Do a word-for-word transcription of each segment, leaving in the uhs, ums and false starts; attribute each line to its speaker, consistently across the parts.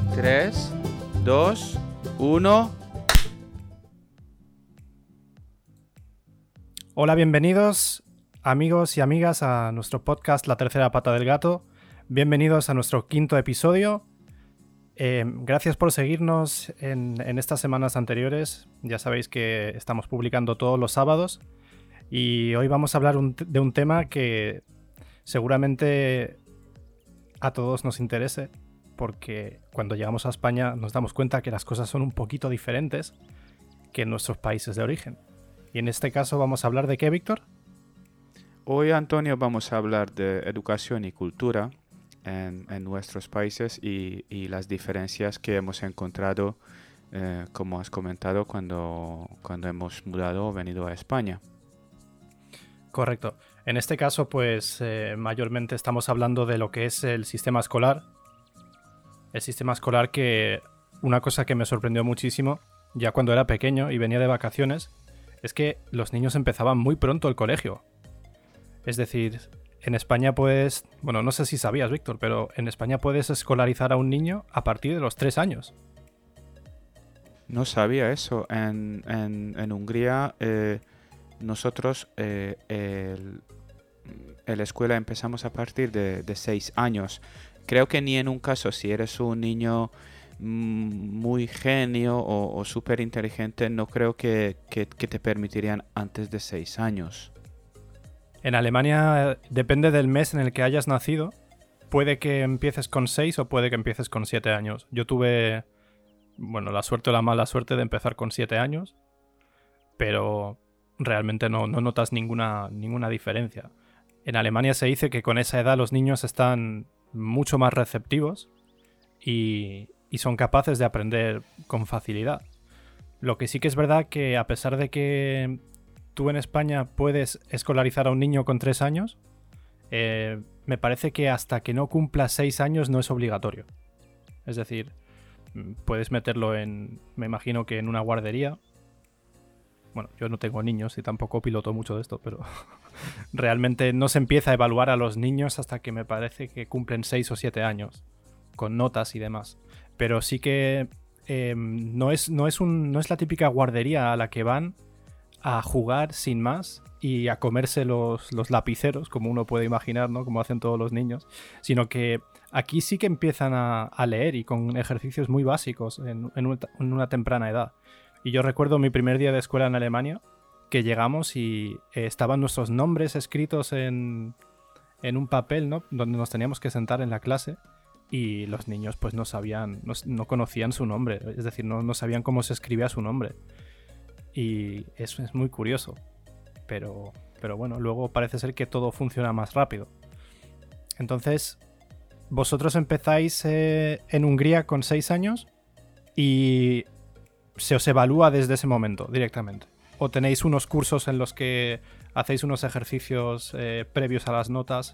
Speaker 1: tres, dos, uno.
Speaker 2: Hola, bienvenidos amigos y amigas a nuestro podcast La Tercera Pata del Gato. Bienvenidos a nuestro quinto episodio. Eh, gracias por seguirnos en, en estas semanas anteriores. Ya sabéis que estamos publicando todos los sábados y hoy vamos a hablar un, de un tema que seguramente a todos nos interese, porque cuando llegamos a España nos damos cuenta que las cosas son un poquito diferentes que en nuestros países de origen. Y en este caso vamos a hablar de ¿qué, Víctor?
Speaker 1: Hoy, Antonio, vamos a hablar de educación y cultura en, en nuestros países y, y las diferencias que hemos encontrado, eh, como has comentado, cuando, cuando hemos mudado o venido a España.
Speaker 2: Correcto. En este caso, pues eh, mayormente estamos hablando de lo que es el sistema escolar. El sistema escolar que una cosa que me sorprendió muchísimo, ya cuando era pequeño y venía de vacaciones, es que los niños empezaban muy pronto el colegio. Es decir, en España puedes... Bueno, no sé si sabías, Víctor, pero en España puedes escolarizar a un niño a partir de los tres años.
Speaker 1: No sabía eso. En, en, en Hungría, eh, nosotros, eh, el, en la escuela empezamos a partir de, de seis años. Creo que ni en un caso, si eres un niño muy genio o, o súper inteligente, no creo que, que, que te permitirían antes de seis años.
Speaker 2: En Alemania, depende del mes en el que hayas nacido, puede que empieces con seis o puede que empieces con siete años. Yo tuve, bueno, la suerte o la mala suerte de empezar con siete años, pero realmente no, no notas ninguna, ninguna diferencia. En Alemania se dice que con esa edad los niños están mucho más receptivos y, y son capaces de aprender con facilidad. Lo que sí que es verdad que a pesar de que tú en España puedes escolarizar a un niño con tres años, eh, me parece que hasta que no cumpla seis años no es obligatorio. Es decir, puedes meterlo en, me imagino que en una guardería. Bueno, yo no tengo niños y tampoco piloto mucho de esto, pero realmente no se empieza a evaluar a los niños hasta que me parece que cumplen seis o siete años, con notas y demás. Pero sí que eh, no, es, no, es un, no es la típica guardería a la que van a jugar sin más y a comerse los, los lapiceros, como uno puede imaginar, ¿no? Como hacen todos los niños, sino que aquí sí que empiezan a, a leer y con ejercicios muy básicos en, en, un, en una temprana edad. Y yo recuerdo mi primer día de escuela en Alemania, que llegamos y eh, estaban nuestros nombres escritos en, en un papel, ¿no? Donde nos teníamos que sentar en la clase y los niños pues no sabían, no, no conocían su nombre, es decir, no, no sabían cómo se escribía su nombre. Y eso es muy curioso, pero, pero bueno, luego parece ser que todo funciona más rápido. Entonces, vosotros empezáis eh, en Hungría con seis años y se os evalúa desde ese momento directamente. ¿O tenéis unos cursos en los que hacéis unos ejercicios eh, previos a las notas?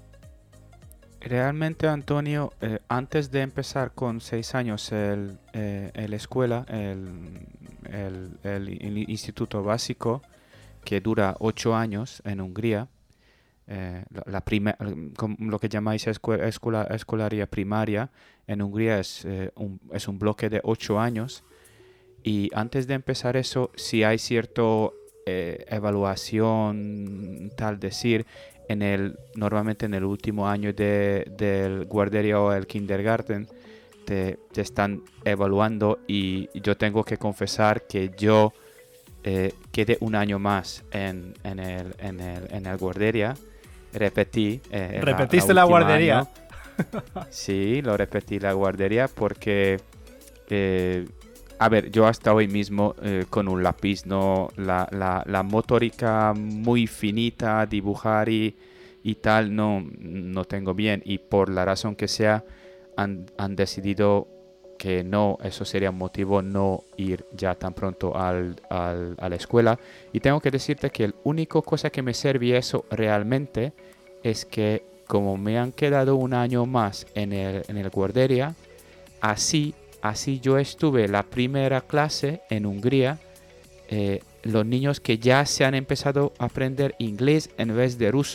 Speaker 1: Realmente, Antonio, eh, antes de empezar con seis años el, eh, el escuela, el, el, el, el instituto básico, que dura ocho años en Hungría, eh, la, la prima, lo que llamáis escuela, escuela, escolaria primaria, en Hungría es, eh, un, es un bloque de ocho años. Y antes de empezar eso, si hay cierta eh, evaluación, tal decir, en el, normalmente en el último año de, del guardería o el kindergarten, te, te están evaluando y yo tengo que confesar que yo eh, quedé un año más en, en, el, en, el, en el guardería. Repetí. Eh,
Speaker 2: ¿Repetiste la, la, la guardería?
Speaker 1: Año. Sí, lo repetí la guardería porque... Eh, A ver, yo hasta hoy mismo eh, con un lápiz, ¿no? La, la, la motórica muy finita, dibujar y, y tal, no, no tengo bien. Y por la razón que sea, han, han decidido que no, eso sería un motivo no ir ya tan pronto al, al, a la escuela. Y tengo que decirte que la única cosa que me servía eso realmente es que como me han quedado un año más en el, en el guardería, así... Así yo estuve la primera clase en Hungría, eh, los niños que ya se han empezado a aprender inglés en vez de ruso.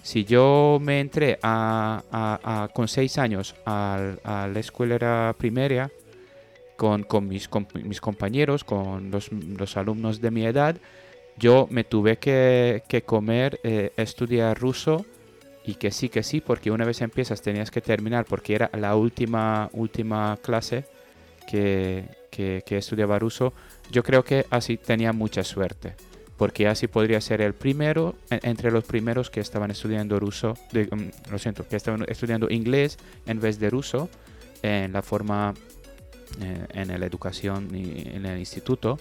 Speaker 1: Si yo me entré a, a- a- con seis años al- a, la escuela primaria con, con mis, con mis compañeros, con los, los alumnos de mi edad, yo me tuve que, que comer, eh, estudiar ruso y que sí, que sí, porque una vez empiezas tenías que terminar porque era la última, última clase que, que, que estudiaba ruso. Yo creo que así tenía mucha suerte, porque así podría ser el primero, en- entre los primeros que estaban estudiando ruso, de- um, lo siento, que estaban estudiando inglés en vez de ruso, en la forma, eh, en la educación y en el instituto.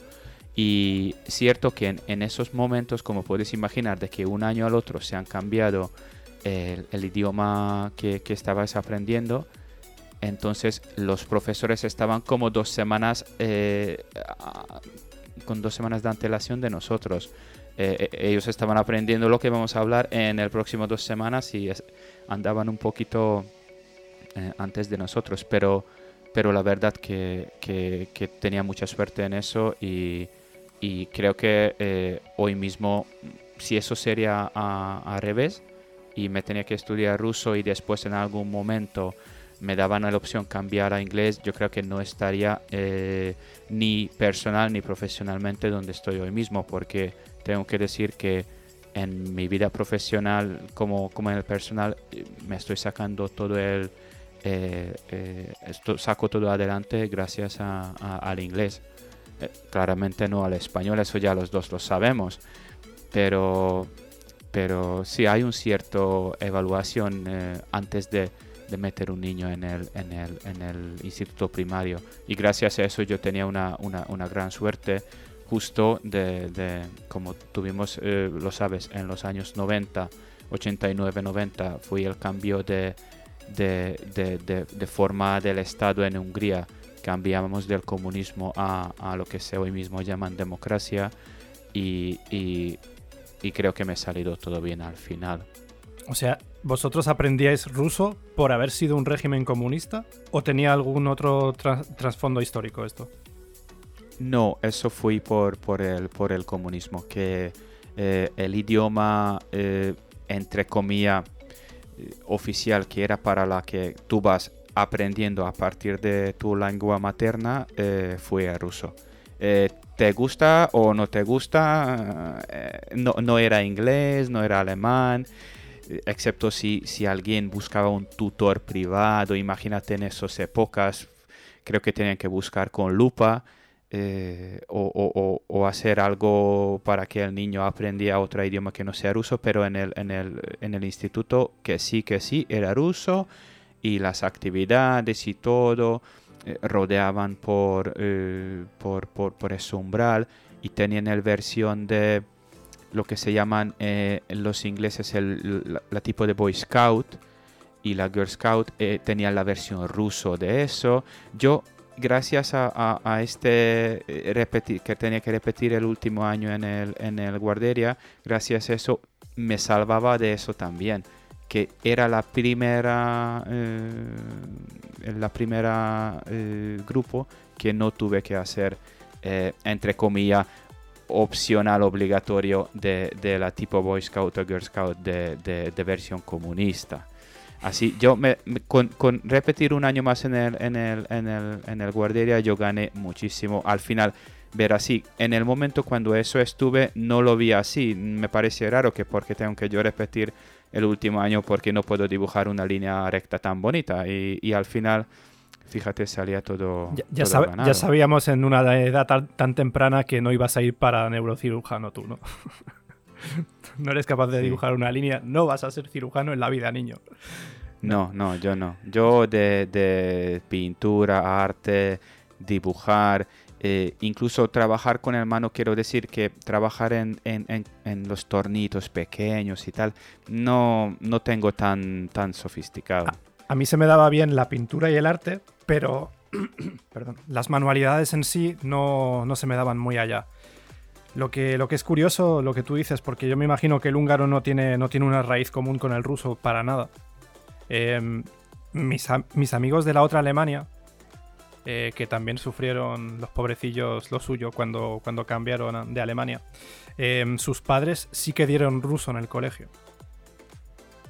Speaker 1: Y cierto que en, en esos momentos, como puedes imaginar, de que un año al otro se han cambiado el, el idioma que, que estabas aprendiendo, entonces los profesores estaban como dos semanas, eh, a- con dos semanas de antelación de nosotros. Eh, eh, ellos estaban aprendiendo lo que vamos a hablar en el próximo dos semanas y es- andaban un poquito eh, antes de nosotros, pero, pero la verdad que, que- que tenía mucha suerte en eso y, y creo que eh, hoy mismo, si eso sería a- al revés y me tenía que estudiar ruso y después en algún momento me daban la opción cambiar a inglés, yo creo que no estaría eh, ni personal ni profesionalmente donde estoy hoy mismo, porque tengo que decir que en mi vida profesional como, como en el personal eh, me estoy sacando todo el eh, eh, esto, saco todo adelante gracias a- a- al inglés. Eh, claramente no al español, eso ya los dos lo sabemos, pero, pero sí hay un cierto evaluación eh, antes de, de meter un niño en el, en, el, en el instituto primario. Y gracias a eso yo tenía una, una, una gran suerte justo de, de como tuvimos, eh, lo sabes, en los años noventa, ochenta y nueve, noventa, fue el cambio de, de, de, de, de forma del Estado en Hungría. Cambiamos del comunismo a, a lo que se hoy mismo llaman democracia y, y, y creo que me ha salido todo bien al final.
Speaker 2: O sea, ¿vosotros aprendíais ruso por haber sido un régimen comunista o tenía algún otro tra- trasfondo histórico esto?
Speaker 1: No, eso fue por, por, el, por el comunismo, que eh, el idioma, eh, entre comillas, eh, oficial, que era para la que tú vas aprendiendo a partir de tu lengua materna, eh, fue el ruso. Eh, ¿Te gusta o no te gusta? Eh, no, no era inglés, no era alemán, eh, excepto si, si alguien buscaba un tutor privado. Imagínate en esas épocas, creo que tenían que buscar con lupa. Eh, o, o- o- o hacer algo para que el niño aprendiera otro idioma que no sea ruso, pero en el, en el, en el instituto que sí, que sí, era ruso y las actividades y todo eh, rodeaban por, eh, por, por, por ese umbral y tenían la versión de lo que se llaman eh, los ingleses el la, la tipo de Boy Scout y la Girl Scout eh, tenían la versión ruso de eso. Yo gracias a, a, a este eh, repetir, que tenía que repetir el último año en el, en el guardería, gracias a eso me salvaba de eso también, que era la primera eh, la primera eh, grupo que no tuve que hacer eh, entre comillas opcional obligatorio de, de la tipo Boy Scout o Girl Scout de, de, de versión comunista. Así, yo me, me- con, con repetir un año más en el, en el, en el, en el guardería, yo gané muchísimo. Al final, ver así, en el momento cuando eso estuve, no lo vi así. Me parece raro que porque tengo que yo repetir el último año porque no puedo dibujar una línea recta tan bonita. Y, y al final, fíjate, salía todo,
Speaker 2: Ya, ya,
Speaker 1: todo
Speaker 2: sabe-
Speaker 1: ganado.
Speaker 2: ya sabíamos en una edad tan, tan temprana que no ibas a ir para neurocirujano tú, ¿no? No eres capaz de
Speaker 1: Sí.
Speaker 2: dibujar una línea, no vas a ser cirujano en la vida, niño.
Speaker 1: No, no, yo no. Yo de, de pintura, arte, dibujar, eh, incluso trabajar con el mano, quiero decir que trabajar en, en, en, en los tornitos pequeños y tal, no, no tengo tan, tan sofisticado.
Speaker 2: A mí se me daba bien la pintura y el arte, pero perdón, las manualidades en sí no, no se me daban muy allá. Lo que, lo que es curioso, lo que tú dices, porque yo me imagino que el húngaro no tiene, no tiene una raíz común con el ruso para nada. Eh, mis, am- mis amigos de la otra Alemania, eh, que también sufrieron los pobrecillos lo suyo cuando, cuando cambiaron a- de Alemania, eh, sus padres sí que dieron ruso en el colegio.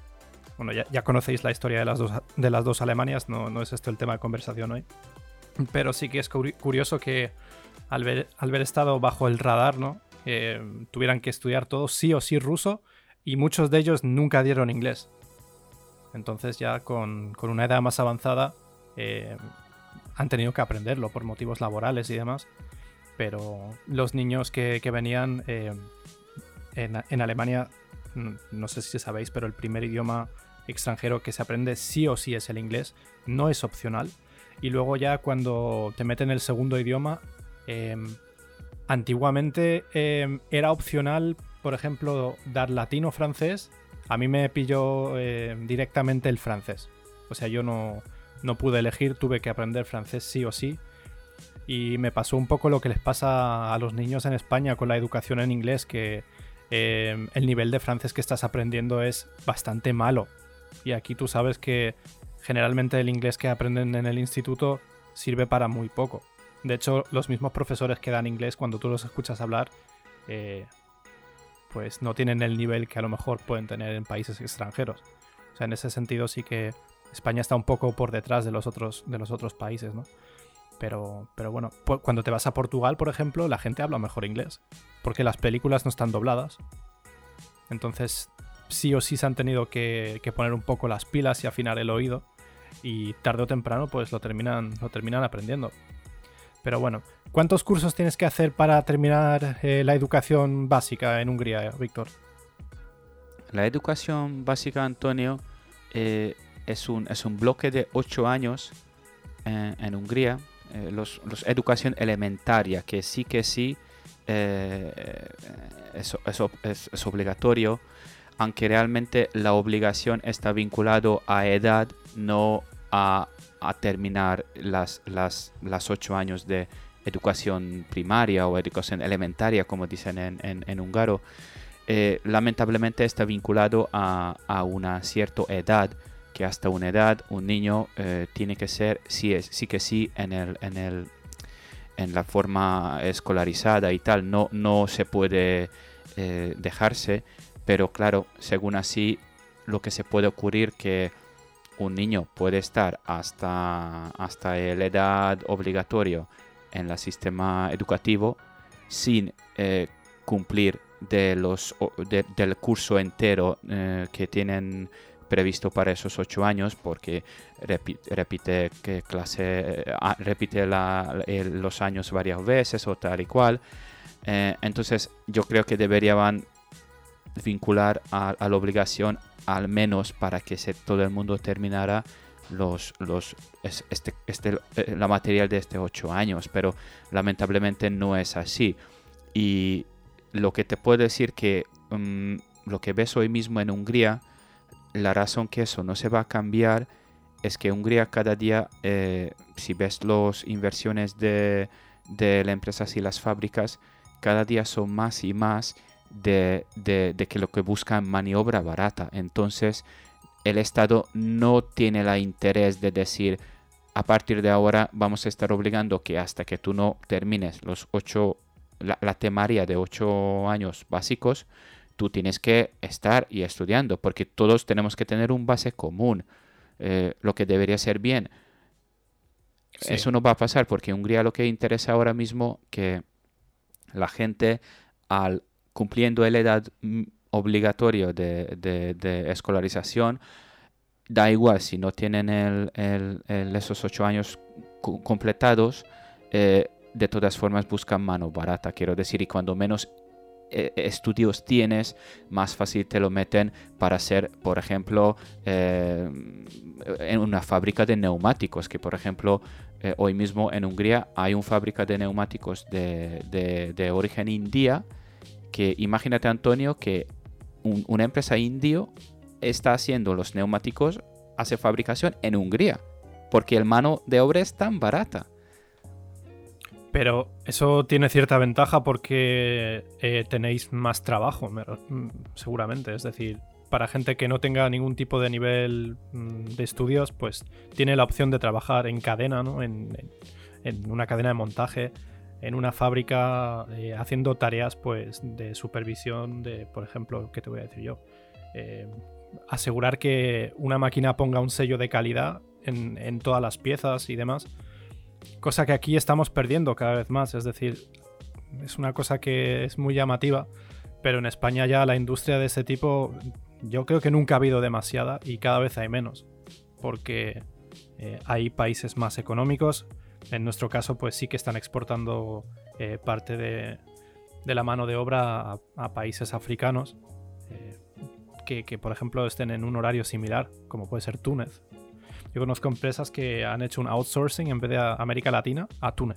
Speaker 2: bueno, ya, ya conocéis la historia de las dos, de las dos Alemanias, no, no es esto el tema de conversación hoy. Pero sí que es curioso que al ver, al haber estado bajo el radar, ¿no? Eh, tuvieran que estudiar todo sí o sí ruso y muchos de ellos nunca dieron inglés. Entonces ya con, con una edad más avanzada eh, han tenido que aprenderlo por motivos laborales y demás. Pero los niños que, que venían eh, en, en Alemania, no sé si sabéis, pero el primer idioma extranjero que se aprende sí o sí es el inglés, no es opcional. Y luego ya cuando te meten el segundo idioma, eh, antiguamente eh, era opcional, por ejemplo, dar latino o francés. A mí me pilló eh, directamente el francés. O sea, yo no, no pude elegir, tuve que aprender francés sí o sí. Y me pasó un poco lo que les pasa a los niños en España con la educación en inglés, que eh, el nivel de francés que estás aprendiendo es bastante malo. Y aquí tú sabes que generalmente el inglés que aprenden en el instituto sirve para muy poco. De hecho, los mismos profesores que dan inglés, cuando tú los escuchas hablar, eh, pues no tienen el nivel que a lo mejor pueden tener en países extranjeros. O sea, en ese sentido sí que España está un poco por detrás de los otros, de los otros países, ¿no? Pero, pero bueno, cuando te vas a Portugal, por ejemplo, la gente habla mejor inglés, porque las películas no están dobladas. Entonces, sí o sí se han tenido que, que poner un poco las pilas y afinar el oído, y tarde o temprano pues lo terminan, lo terminan aprendiendo. Pero bueno, ¿cuántos cursos tienes que hacer para terminar eh, la educación básica en Hungría, Víctor?
Speaker 1: La educación básica, Antonio, eh, es, un, es un bloque de ocho años eh, en Hungría. Eh, los, los educación elementaria, que sí que sí eh, es, es, es, es obligatorio, aunque realmente la obligación está vinculado a edad, no a, a terminar las, las, las ocho años de educación primaria o educación elementaria, como dicen en, en, en húngaro. Eh, lamentablemente está vinculado a, a una cierta edad, que hasta una edad un niño eh, tiene que ser sí, es, sí que sí en, el, en, el, en la forma escolarizada y tal. No, no se puede eh, dejarse, pero claro, según así, lo que se puede ocurrir que un niño puede estar hasta, hasta la edad obligatoria en el sistema educativo sin eh, cumplir de los, de, del curso entero eh, que tienen previsto para esos ocho años, porque repite, repite que clase, eh, repite la, el, los años varias veces o tal y cual. Eh, entonces yo creo que deberían vincular a, a la obligación al menos para que se, todo el mundo terminara los, los, este, este, la material de estos ocho años, pero lamentablemente no es así. Y lo que te puedo decir que um, lo que ves hoy mismo en Hungría, la razón que eso no se va a cambiar es que Hungría cada día, eh, si ves las inversiones de, de las empresas y las fábricas, cada día son más y más de, de, de que lo que buscan maniobra barata. Entonces el Estado no tiene el interés de decir a partir de ahora vamos a estar obligando que hasta que tú no termines los ocho, la, la temaria de ocho años básicos, tú tienes que estar y estudiando, porque todos tenemos que tener un base común, eh, lo que debería ser bien. Sí. Eso no va a pasar porque en Hungría lo que interesa ahora mismo que la gente, al cumpliendo la edad obligatoria de, de, de escolarización, da igual si no tienen el, el, el, esos ocho años completados, eh, de todas formas buscan mano barata, quiero decir, y cuando menos estudios tienes, más fácil te lo meten para ser, por ejemplo, eh, en una fábrica de neumáticos, que por ejemplo eh, hoy mismo en Hungría hay una fábrica de neumáticos de, de, de origen india, que imagínate, Antonio, que un, una empresa indio está haciendo los neumáticos, hace fabricación en Hungría, porque el mano de obra es tan barata.
Speaker 2: Pero eso tiene cierta ventaja porque eh, tenéis más trabajo, seguramente. Es decir, para gente que no tenga ningún tipo de nivel de estudios, pues tiene la opción de trabajar en cadena, ¿no? En, en, en una cadena de montaje, en una fábrica, eh, haciendo tareas pues de supervisión de, por ejemplo, ¿qué te voy a decir yo? Eh, asegurar que una máquina ponga un sello de calidad en, en todas las piezas y demás. Cosa que aquí estamos perdiendo cada vez más. Es decir, es una cosa que es muy llamativa, pero en España ya la industria de ese tipo yo creo que nunca ha habido demasiada y cada vez hay menos. Porque eh, hay países más económicos. En nuestro caso, pues sí que están exportando eh, parte de, de la mano de obra a, a países africanos eh, que, que, por ejemplo, estén en un horario similar, como puede ser Túnez. Yo conozco empresas que han hecho un outsourcing en vez de a América Latina a Túnez.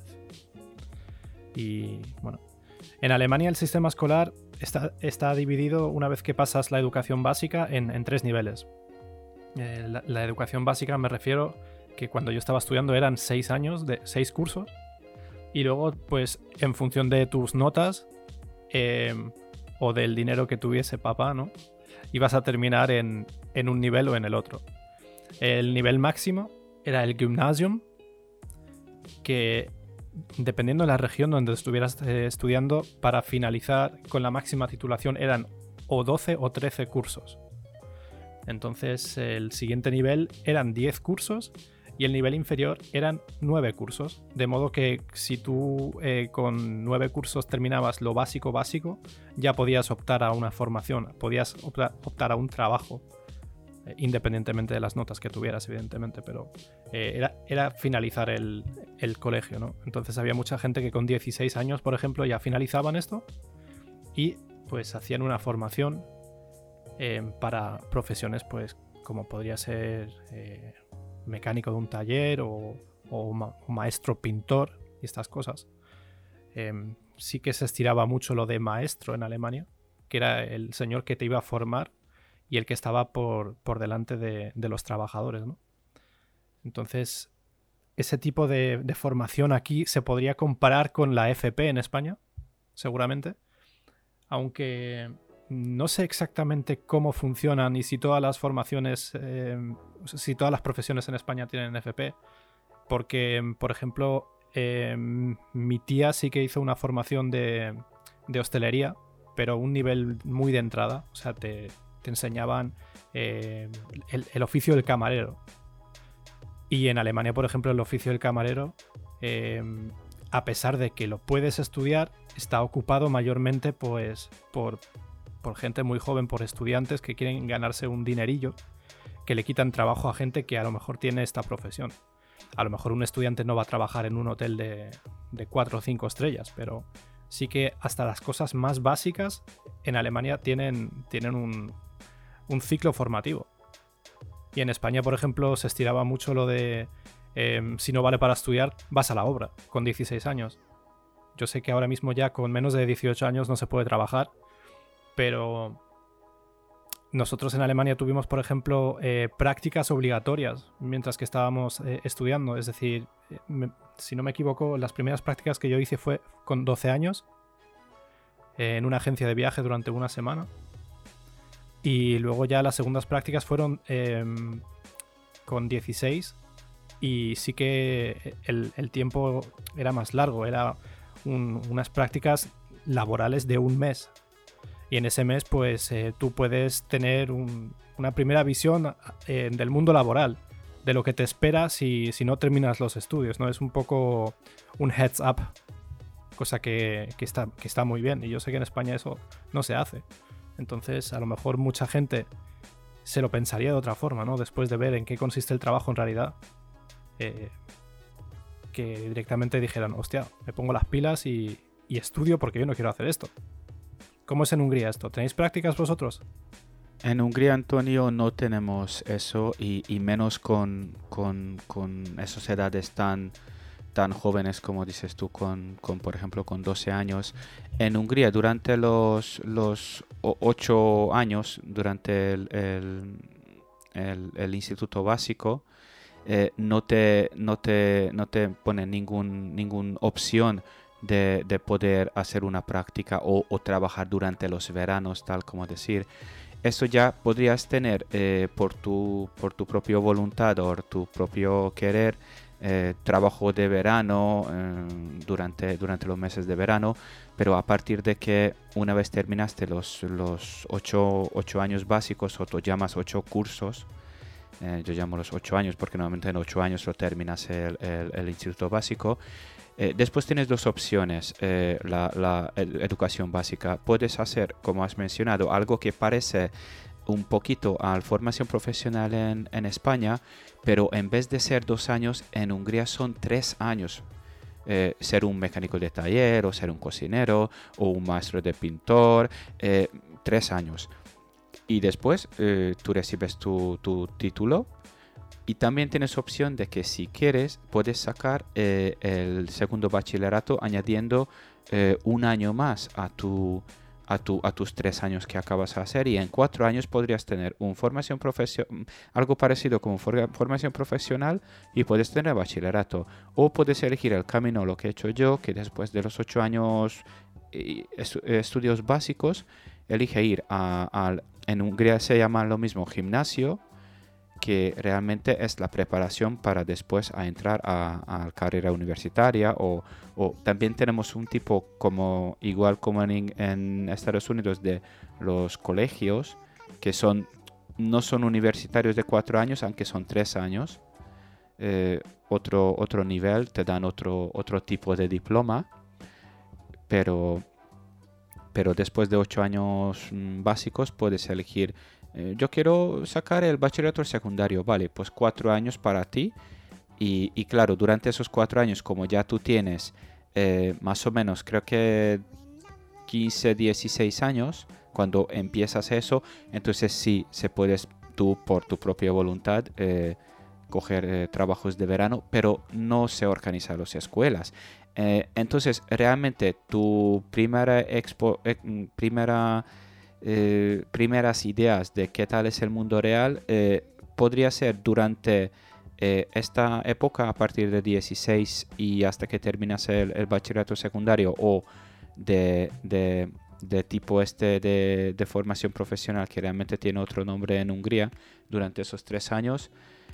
Speaker 2: Y bueno, en Alemania el sistema escolar está, está dividido, una vez que pasas la educación básica, en, en tres niveles. Eh, la, la educación básica me refiero que cuando yo estaba estudiando eran seis años, de seis cursos. Y luego, pues, en función de tus notas eh, o del dinero que tuviese papá, ¿no? Ibas a terminar en, en un nivel o en el otro. El nivel máximo era el Gymnasium, que dependiendo de la región donde estuvieras eh, estudiando, para finalizar con la máxima titulación eran o doce o trece cursos. Entonces el siguiente nivel eran diez cursos y el nivel inferior eran nueve cursos. De modo que si tú eh, con nueve cursos terminabas lo básico básico, ya podías optar a una formación, podías optar, optar a un trabajo, eh, independientemente de las notas que tuvieras, evidentemente, pero eh, era, era finalizar el, el colegio, ¿no? Entonces había mucha gente que con dieciséis años, por ejemplo, ya finalizaban esto y pues hacían una formación eh, para profesiones, pues como podría ser eh, mecánico de un taller o, o ma- maestro pintor y estas cosas. Eh, sí que se estiraba mucho lo de maestro en Alemania, que era el señor que te iba a formar y el que estaba por, por delante de, de los trabajadores, ¿no? Entonces, ese tipo de, de formación aquí se podría comparar con la F P en España, seguramente, aunque no sé exactamente cómo funcionan y si todas las formaciones, eh, si todas las profesiones en España tienen F P, porque, por ejemplo, eh, mi tía sí que hizo una formación de, de hostelería, pero un nivel muy de entrada, o sea, te, te enseñaban eh, el, el oficio del camarero. Y en Alemania, por ejemplo, el oficio del camarero, eh, a pesar de que lo puedes estudiar, está ocupado mayormente pues, por, por gente muy joven, por estudiantes que quieren ganarse un dinerillo, que le quitan trabajo a gente que a lo mejor tiene esta profesión. A lo mejor un estudiante no va a trabajar en un hotel de, de cuatro o cinco estrellas, pero sí que hasta las cosas más básicas en Alemania tienen, tienen un, un ciclo formativo. Y en España, por ejemplo, se estiraba mucho lo de eh, si no vale para estudiar, vas a la obra con dieciséis años. Yo sé que ahora mismo ya con menos de dieciocho años no se puede trabajar, pero nosotros en Alemania tuvimos, por ejemplo, eh, prácticas obligatorias mientras que estábamos eh, estudiando. Es decir, eh, me, si no me equivoco, las primeras prácticas que yo hice fue con doce años eh, en una agencia de viaje durante una semana. Y luego ya las segundas prácticas fueron eh, con dieciséis y sí que el, el tiempo era más largo, era un, unas prácticas laborales de un mes. Y en ese mes pues eh, tú puedes tener un, una primera visión eh, del mundo laboral, de lo que te espera si, si no terminas los estudios, ¿no? Es un poco un heads up, cosa que, que, está, que está muy bien. Y yo sé que en España eso no se hace. Entonces, a lo mejor mucha gente se lo pensaría de otra forma, ¿no? Después de ver en qué consiste el trabajo en realidad. Eh, que directamente dijeran, hostia, me pongo las pilas y, y estudio porque yo no quiero hacer esto. ¿Cómo es en Hungría esto? ¿Tenéis prácticas vosotros?
Speaker 1: En Hungría, Antonio, no tenemos eso y, y menos con, con, con esas edades tan... tan jóvenes como dices tú, con, con por ejemplo con doce años. En Hungría durante los, los ocho años, durante el, el, el, el instituto básico, eh, no te no te no te ponen ningún ninguna opción de, de poder hacer una práctica o, o trabajar durante los veranos, tal como decir. Eso ya podrías tener eh, por tu por tu propia voluntad o tu propio querer eh, trabajo de verano eh, durante, durante los meses de verano, pero a partir de que una vez terminaste los, los ocho, ocho años básicos, o tú llamas ocho cursos, eh, yo llamo los ocho años porque normalmente en ocho años lo terminas el, el, el instituto básico. Eh, después tienes dos opciones, eh, la, la ed- educación básica. Puedes hacer, como has mencionado, algo que parece un poquito a la formación profesional en, en España, pero en vez de ser dos años, en Hungría son tres años. Eh, ser un mecánico de taller, o ser un cocinero, o un maestro de pintor, eh, tres años. Y después eh, tú recibes tu, tu título. Y también tienes opción de que si quieres puedes sacar eh, el segundo bachillerato añadiendo eh, un año más a, tu, a, tu, a tus tres años que acabas de hacer, y en cuatro años podrías tener una formación profesio- algo parecido como for- formación profesional, y puedes tener bachillerato. O puedes elegir el camino, lo que he hecho yo, que después de los ocho años eh, estu- estudios básicos, elige ir a, al- en Hungría se llama lo mismo gimnasio, que realmente es la preparación para después a entrar a, a carrera universitaria, o, o también tenemos un tipo como igual como en, en Estados Unidos de los colegios, que son no son universitarios de cuatro años, aunque son tres años. Eh, otro, otro nivel, te dan otro, otro tipo de diploma, pero, pero después de ocho años mm, básicos puedes elegir, eh, yo quiero sacar el bachillerato secundario, vale, pues cuatro años para ti. Y, y claro, durante esos cuatro años, como ya tú tienes eh, más o menos, creo que quince, dieciséis años, cuando empiezas eso, entonces sí, se puedes tú por tu propia voluntad eh, coger eh, trabajos de verano, pero no se organizan las escuelas. Eh, entonces, realmente tu primera expo, eh, primera eh, primeras ideas de qué tal es el mundo real eh, podría ser durante eh, esta época, a partir de dieciséis y hasta que terminas el, el bachillerato secundario, o de, de, de tipo este de, de formación profesional, que realmente tiene otro nombre en Hungría, durante esos tres años.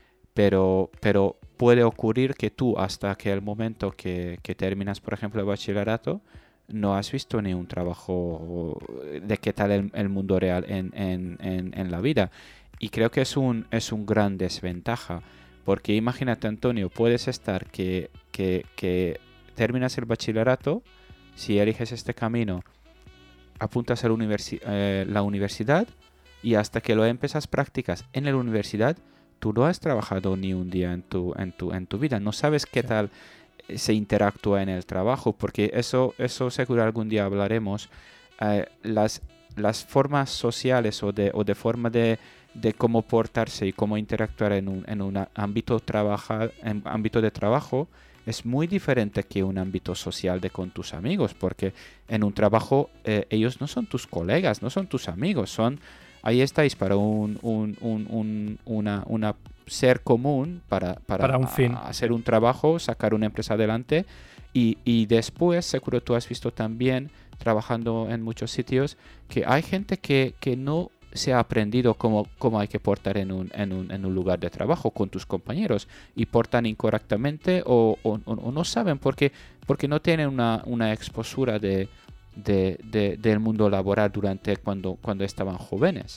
Speaker 1: Pero, pero puede ocurrir que tú, hasta que el momento que, que terminas, por ejemplo, el bachillerato, no has visto ni un trabajo de qué tal el, el mundo real en, en, en, en la vida. Y creo que es un, es un gran desventaja. Porque imagínate, Antonio, puedes estar que, que, que terminas el bachillerato, si eliges este camino, apuntas a la, universi eh, la universidad, y hasta que lo empiezas prácticas en la universidad, tú no has trabajado ni un día en tu, en tu, en tu vida. No sabes qué
Speaker 2: Sí.
Speaker 1: tal se interactúa en el trabajo, porque eso, eso seguro algún día hablaremos. Eh, las, las formas sociales o de, o de forma de, de cómo portarse y cómo interactuar en un, en un ámbito, trabaja, en ámbito de trabajo es muy diferente que un ámbito social de con tus amigos, porque en un trabajo eh, ellos no son tus colegas, no son tus amigos, son ahí estáis para un, un, un, un una, una ser común, para, para,
Speaker 2: Para un fin.
Speaker 1: hacer un trabajo, sacar una empresa adelante. Y, y después, seguro tú has visto también, trabajando en muchos sitios, que hay gente que, que no se ha aprendido cómo, cómo hay que portar en un, en, un, en un lugar de trabajo con tus compañeros, y portan incorrectamente, o, o, o no saben porque, porque no tienen una, una exposura de, de, de, del mundo laboral durante cuando, cuando estaban jóvenes.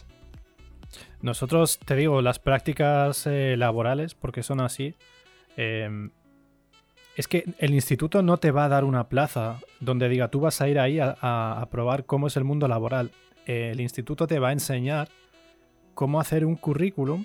Speaker 2: Nosotros, te digo, las prácticas eh, laborales, porque son así, eh, es que el instituto no te va a dar una plaza donde diga tú vas a ir ahí a, a, a probar cómo es el mundo laboral. Eh, el instituto te va a enseñar cómo hacer un currículum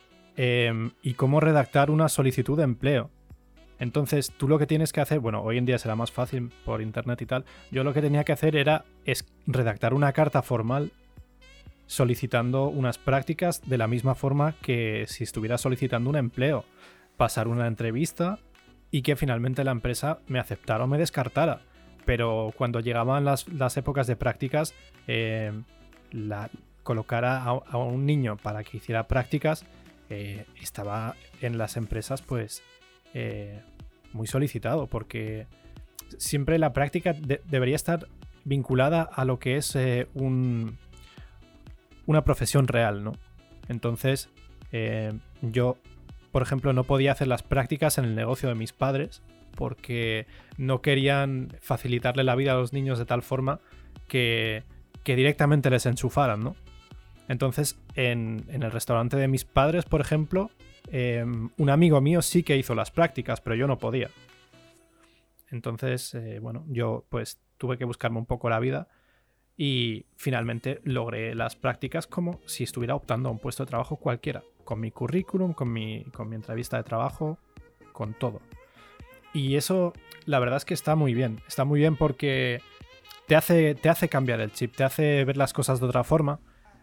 Speaker 2: eh, y cómo redactar una solicitud de empleo. Entonces, tú lo que tienes que hacer, bueno, hoy en día será más fácil por internet y tal, yo lo que tenía que hacer era es redactar una carta formal solicitando unas prácticas de la misma forma que si estuviera solicitando un empleo, pasar una entrevista y que finalmente la empresa me aceptara o me descartara. Pero cuando llegaban las, las épocas de prácticas, eh, la, colocar a, a un niño para que hiciera prácticas eh, estaba en las empresas pues eh, muy solicitado, porque siempre la práctica de, debería estar vinculada a lo que es eh, un una profesión real, ¿no? Entonces, eh, yo, por ejemplo, no podía hacer las prácticas en el negocio de mis padres porque no querían facilitarle la vida a los niños de tal forma que, que directamente les enchufaran, ¿no? Entonces, en, en el restaurante de mis padres, por ejemplo, eh, un amigo mío sí que hizo las prácticas, pero yo no podía. Entonces, eh, bueno, yo pues tuve que buscarme un poco la vida y finalmente logré las prácticas como si estuviera optando a un puesto de trabajo cualquiera, con mi currículum, con mi, con mi entrevista de trabajo, con todo. Y eso, la verdad es que está muy bien. Está muy bien porque te hace, te hace cambiar el chip, te hace ver las cosas de otra forma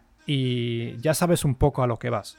Speaker 2: y ya sabes un poco a lo que vas.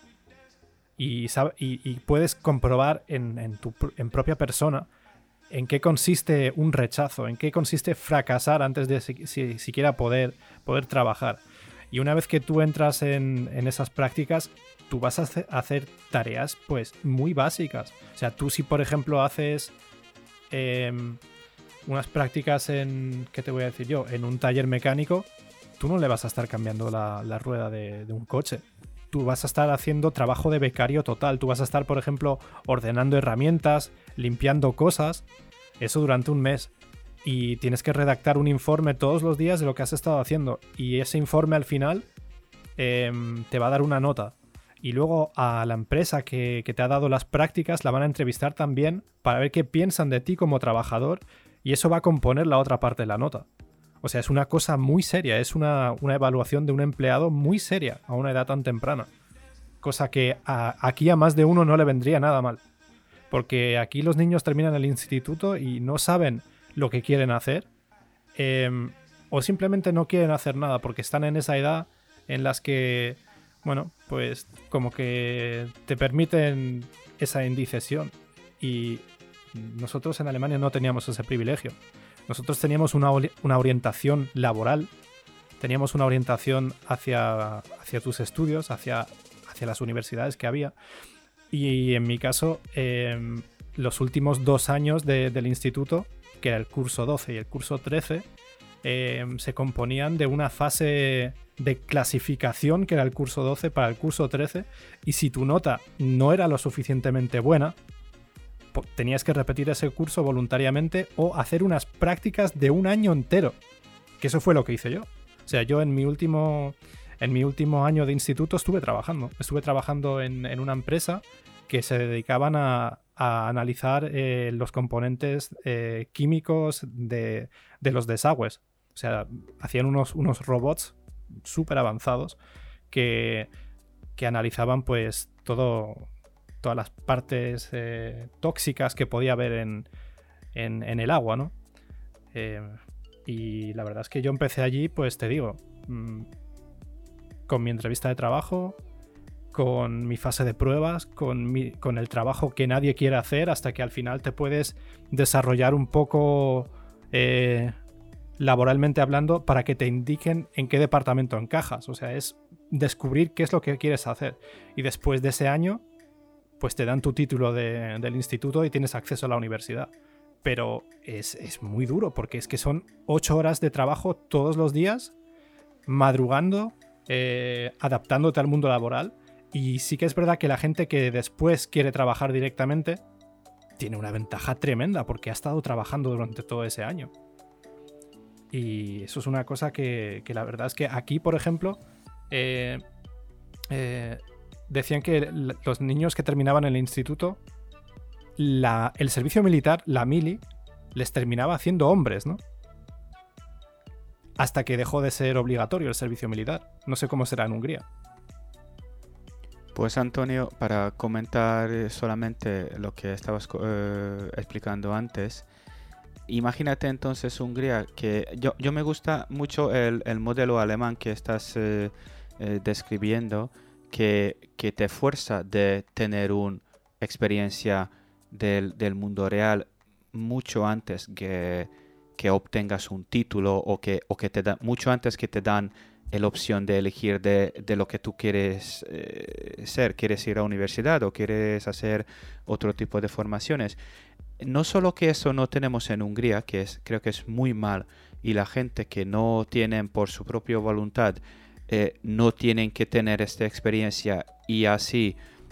Speaker 2: Y, sabe, y, y puedes comprobar en, en tu en propia persona en qué consiste un rechazo, en qué consiste fracasar antes de si, si, siquiera poder, poder trabajar. Y una vez que tú entras en, en esas prácticas, tú vas a hacer, a hacer tareas pues muy básicas. O sea, tú si por ejemplo haces eh, unas prácticas en, ¿qué te voy a decir yo? En un taller mecánico, tú no le vas a estar cambiando la, la rueda de, de un coche. Tú vas a estar haciendo trabajo de becario total. Tú vas a estar, por ejemplo, ordenando herramientas, limpiando cosas. Eso durante un mes. Y tienes que redactar un informe todos los días de lo que has estado haciendo. Y ese informe al final eh, te va a dar una nota. Y luego a la empresa que, que te ha dado las prácticas la van a entrevistar también para ver qué piensan de ti como trabajador. Y eso va a componer la otra parte de la nota. O sea, es una cosa muy seria, es una, una evaluación de un empleado muy seria a una edad tan temprana. Cosa que a, aquí a más de uno no le vendría nada mal. Porque aquí los niños terminan el instituto y no saben lo que quieren hacer. Eh, o simplemente no quieren hacer nada porque están en esa edad en las que, bueno, pues como que te permiten esa indecisión. Y nosotros en Alemania no teníamos ese privilegio. Nosotros teníamos una, una orientación laboral, teníamos una orientación hacia, hacia tus estudios, hacia, hacia las universidades que había. Y en mi caso, eh, los últimos dos años de, del instituto, que era el curso doce y el curso trece, eh, se componían de una fase de clasificación, que era el curso doce, para el curso trece. Y si tu nota no era lo suficientemente buena, tenías que repetir ese curso voluntariamente o hacer unas prácticas de un año entero. Que eso fue lo que hice yo. O sea, yo en mi último, en mi último año de instituto estuve trabajando. Estuve trabajando en, en una empresa que se dedicaban a, a analizar eh, los componentes eh, químicos de, de los desagües. O sea, hacían unos, unos robots súper avanzados que, que analizaban pues todo... todas las partes eh, tóxicas que podía haber en, en, en el agua, ¿no? Eh, y la verdad es que yo empecé allí, pues te digo, mmm, con mi entrevista de trabajo, con mi fase de pruebas, con, mi, con el trabajo que nadie quiere hacer, hasta que al final te puedes desarrollar un poco eh, laboralmente hablando para que te indiquen en qué departamento encajas. O sea, es descubrir qué es lo que quieres hacer. Y después de ese año, pues te dan tu título de, del instituto y tienes acceso a la universidad. Pero es, es muy duro, porque es que son ocho horas de trabajo todos los días, madrugando, eh, adaptándote al mundo laboral. Y sí que es verdad que la gente que después quiere trabajar directamente tiene una ventaja tremenda, porque ha estado trabajando durante todo ese año. Y eso es una cosa que, que la verdad es que aquí, por ejemplo, eh, eh, decían que los niños que terminaban el instituto, la, el servicio militar, la mili, les terminaba haciendo hombres, ¿no? Hasta que dejó de ser obligatorio el servicio militar. No sé cómo será en Hungría.
Speaker 1: Pues Antonio, para comentar solamente lo que estabas eh, explicando antes, imagínate entonces Hungría, que yo, yo me gusta mucho el, el modelo alemán que estás eh, eh, describiendo, que, que te fuerza de tener una experiencia del, del mundo real mucho antes que, que obtengas un título o que, o que te da, mucho antes que te dan la opción de elegir de, de lo que tú quieres eh, ser. ¿Quieres ir a la universidad o quieres hacer otro tipo de formaciones? No solo que eso no tenemos en Hungría, que es, creo que es muy mal, y la gente que no tienen por su propia voluntad, eh, no tienen que tener esta experiencia y así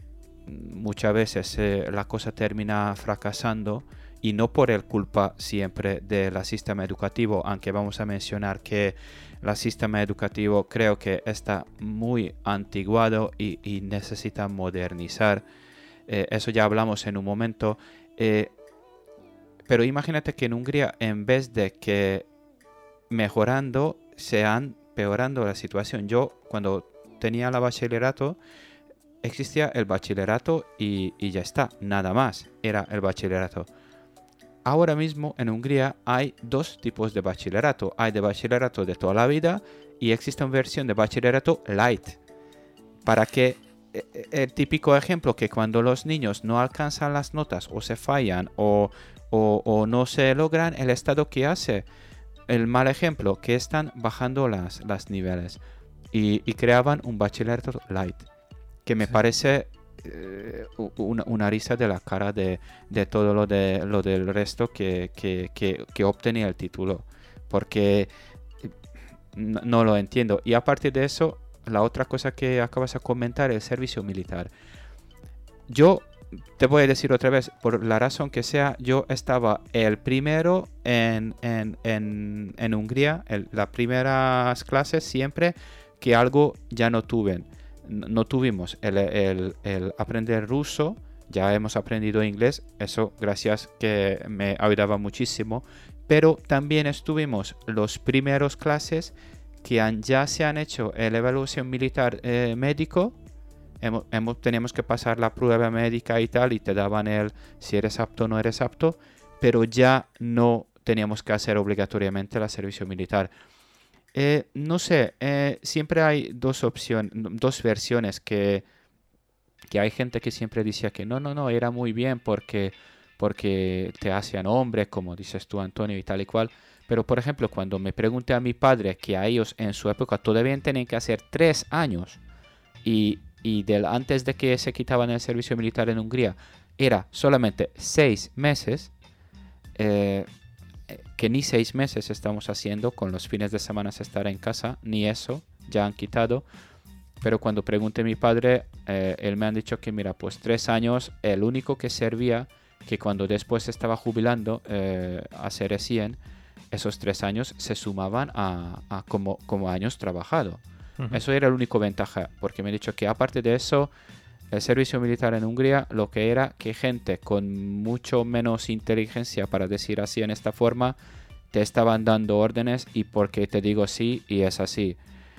Speaker 1: muchas veces eh, la cosa termina fracasando, y no por el culpa siempre del sistema educativo, aunque vamos a mencionar que el sistema educativo creo que está muy antiguado y, y necesita modernizar. Eh, eso ya hablamos en un momento. Eh, pero imagínate que en Hungría, en vez de que mejorando, se han peorando la situación. Yo, cuando tenía el bachillerato, existía el bachillerato y, y ya está, nada más, era el bachillerato. Ahora mismo en Hungría hay dos tipos de bachillerato. Hay de bachillerato de toda la vida y existe una versión de bachillerato light. Para que el típico ejemplo que cuando los niños no alcanzan las notas o se fallan o, o, o no se logran, el Estado ¿qué hace? El mal ejemplo, que están bajando las, las niveles y, y creaban un bachillerato light. Que me sí. parece... Una, una risa de la cara de, de todo lo, de, lo del resto que, que, que, que obtenía el título, porque no, no lo entiendo. Y aparte de eso, la otra cosa que acabas de comentar, el servicio militar. Yo te voy a decir otra vez, por la razón que sea, yo estaba el primero en, en, en, en Hungría, el, las primeras clases siempre que algo ya no tuve. No tuvimos el, el, el aprender ruso, ya hemos aprendido inglés, eso gracias que me ayudaba muchísimo, pero también estuvimos los primeros clases que han, ya se han hecho la evaluación militar eh, médico, hemos, hemos, teníamos que pasar la prueba médica y tal, y te daban el si eres apto o no eres apto, pero ya no teníamos que hacer obligatoriamente el servicio militar. Eh, no sé, eh, siempre hay dos opciones, dos versiones que, que hay gente que siempre decía que no, no, no, era muy bien porque, porque te hacían hombre, como dices tú, Antonio, y tal y cual. Pero, por ejemplo, cuando me pregunté a mi padre que a ellos en su época todavía tenían que hacer tres años y, y del, antes de que se quitaban el servicio militar en Hungría era solamente seis meses, eh, que ni seis meses estamos haciendo con los fines de semana estar en casa, ni eso, ya han quitado. Pero cuando pregunté a mi padre, eh, él me han dicho que mira, pues tres años, el único que servía, que cuando después estaba jubilando eh, hace recién, esos tres años se sumaban a, a como, como años trabajado. Uh-huh. Eso era la única ventaja, porque me han dicho que aparte de eso, el servicio militar en Hungría lo que era que gente con mucho menos inteligencia, para decir así en esta forma, te estaban dando órdenes y porque te digo sí y es así.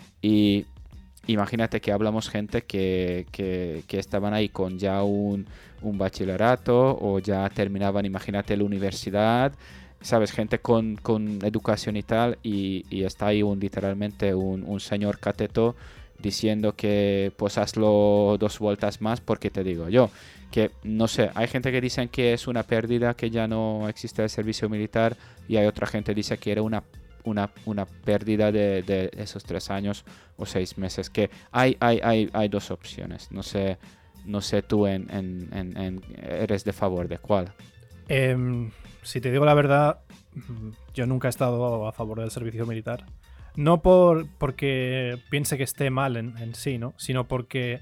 Speaker 1: Y imagínate que hablamos gente que, que, que estaban ahí con ya un, un bachillerato o ya terminaban, imagínate, la universidad, ¿sabes? Gente con, con educación y tal, y, y está ahí un, literalmente un, un señor cateto diciendo que pues hazlo dos vueltas más porque te digo yo que no sé, hay gente que dicen que es una pérdida que ya no existe el servicio militar y hay otra gente que dice que era una una, una pérdida de, de esos tres años o seis meses, que hay hay hay, hay dos opciones. No sé no sé tú en, en, en, en eres de favor de cuál.
Speaker 2: Eh, si te digo la verdad, yo nunca he estado a favor del servicio militar. No por porque piense que esté mal en, en sí, ¿no? Sino porque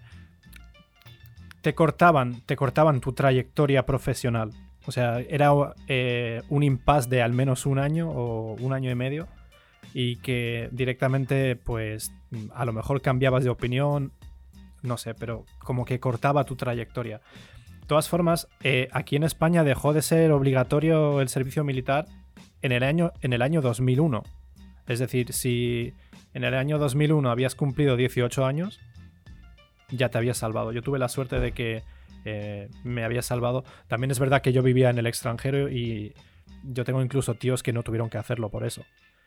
Speaker 2: te cortaban, te cortaban tu trayectoria profesional. O sea, era eh, un impasse de al menos un año o un año y medio y que directamente, pues, a lo mejor cambiabas de opinión, no sé, pero como que cortaba tu trayectoria. De todas formas, eh, aquí en España dejó de ser obligatorio el servicio militar en el año, en el año dos mil uno. Es decir, si en el año dos mil uno habías cumplido dieciocho años, ya te habías salvado. Yo tuve la suerte de que eh, me había salvado. También es verdad que yo vivía en el extranjero y yo tengo incluso tíos que no tuvieron que hacerlo por eso.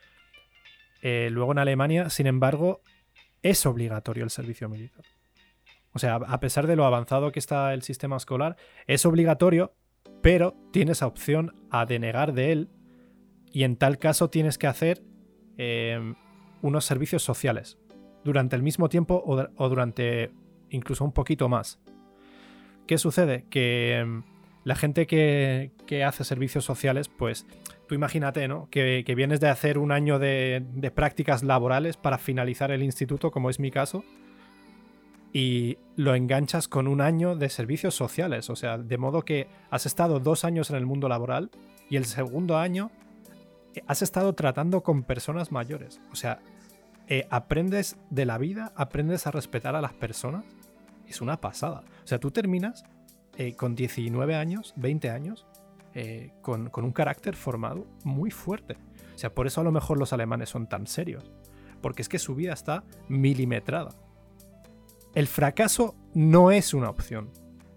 Speaker 2: Eh, luego en Alemania, sin embargo, es obligatorio el servicio militar. O sea, a pesar de lo avanzado que está el sistema escolar, es obligatorio, pero tienes la opción a denegar de él y en tal caso tienes que hacer Eh, unos servicios sociales durante el mismo tiempo o, o durante incluso un poquito más. ¿Qué sucede? Que eh, la gente que, que hace servicios sociales, pues tú imagínate, ¿no? Que, que vienes de hacer un año de, de prácticas laborales para finalizar el instituto, como es mi caso, y lo enganchas con un año de servicios sociales. O sea, de modo que has estado dos años en el mundo laboral y el segundo año has estado tratando con personas mayores. O sea, eh, aprendes de la vida, aprendes a respetar a las personas. Es una pasada. O sea, tú terminas eh, con diecinueve años, veinte años, eh, con, con un carácter formado muy fuerte. O sea, por eso a lo mejor los alemanes son tan serios. Porque es que su vida está milimetrada. El fracaso no es una opción.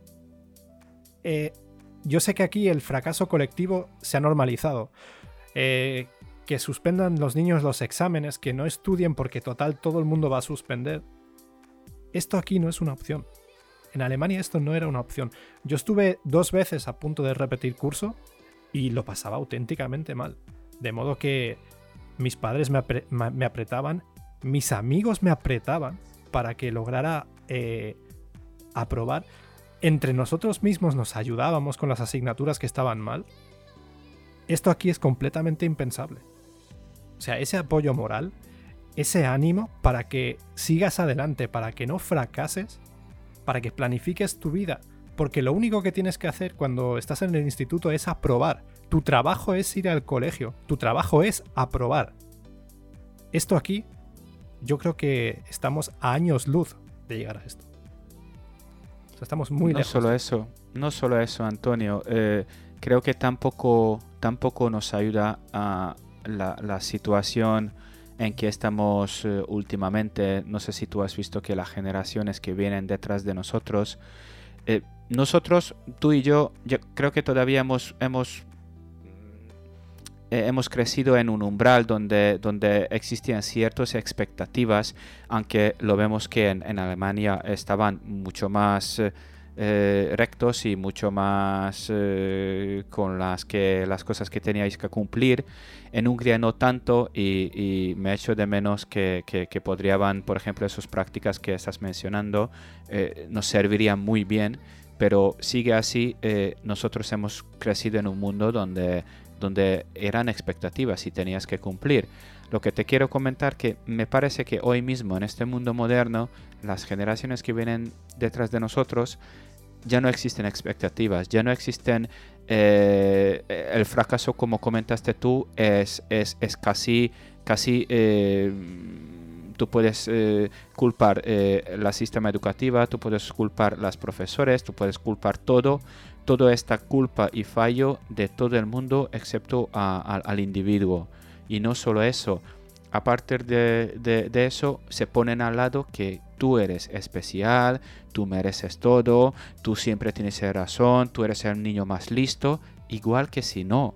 Speaker 2: Eh, yo sé que aquí el fracaso colectivo se ha normalizado. Eh, que suspendan los niños los exámenes, que no estudien porque total todo el mundo va a suspender. Esto aquí no es una opción. En Alemania esto no era una opción. Yo estuve dos veces a punto de repetir curso y lo pasaba auténticamente mal. De modo que mis padres me, apre- me apretaban, mis amigos me apretaban para que lograra eh, aprobar. Entre nosotros mismos nos ayudábamos con las asignaturas que estaban mal. Esto aquí es completamente impensable. O sea, ese apoyo moral, ese ánimo para que sigas adelante, para que no fracases, para que planifiques tu vida. Porque lo único que tienes que hacer cuando estás en el instituto es aprobar. Tu trabajo es ir al colegio. Tu trabajo es aprobar. Esto aquí, yo creo que estamos a años luz de llegar a esto. O sea, estamos muy
Speaker 1: no
Speaker 2: lejos.
Speaker 1: Solo eso, no solo eso, Antonio. Eh, creo que tampoco, tampoco nos ayuda a la, la situación en que estamos eh, últimamente. No sé si tú has visto que las generaciones que vienen detrás de nosotros, eh, nosotros, tú y yo, yo creo que todavía hemos, hemos Eh, hemos crecido en un umbral donde, donde existían ciertas expectativas, aunque lo vemos que en, en Alemania estaban mucho más eh, eh, rectos y mucho más eh, con las, que, las cosas que teníais que cumplir. En Hungría no tanto, y, y me echo de menos que, que, que podrían, por ejemplo, esas prácticas que estás mencionando, eh, nos servirían muy bien, pero sigue así. Eh, nosotros hemos crecido en un mundo donde donde eran expectativas y tenías que cumplir. Lo que te quiero comentar que me parece que hoy mismo en este mundo moderno, las generaciones que vienen detrás de nosotros, ya no existen expectativas, ya no existen eh, el fracaso, como comentaste tú, es, es, es casi, casi eh, tú puedes eh, culpar eh, la sistema educativa, tú puedes culpar las profesores, tú puedes culpar todo, toda esta culpa y fallo de todo el mundo excepto a, a, al individuo. Y no solo eso, a partir de, de, de eso se ponen al lado que tú eres especial, tú mereces todo, tú siempre tienes razón, tú eres el niño más listo, igual que si no.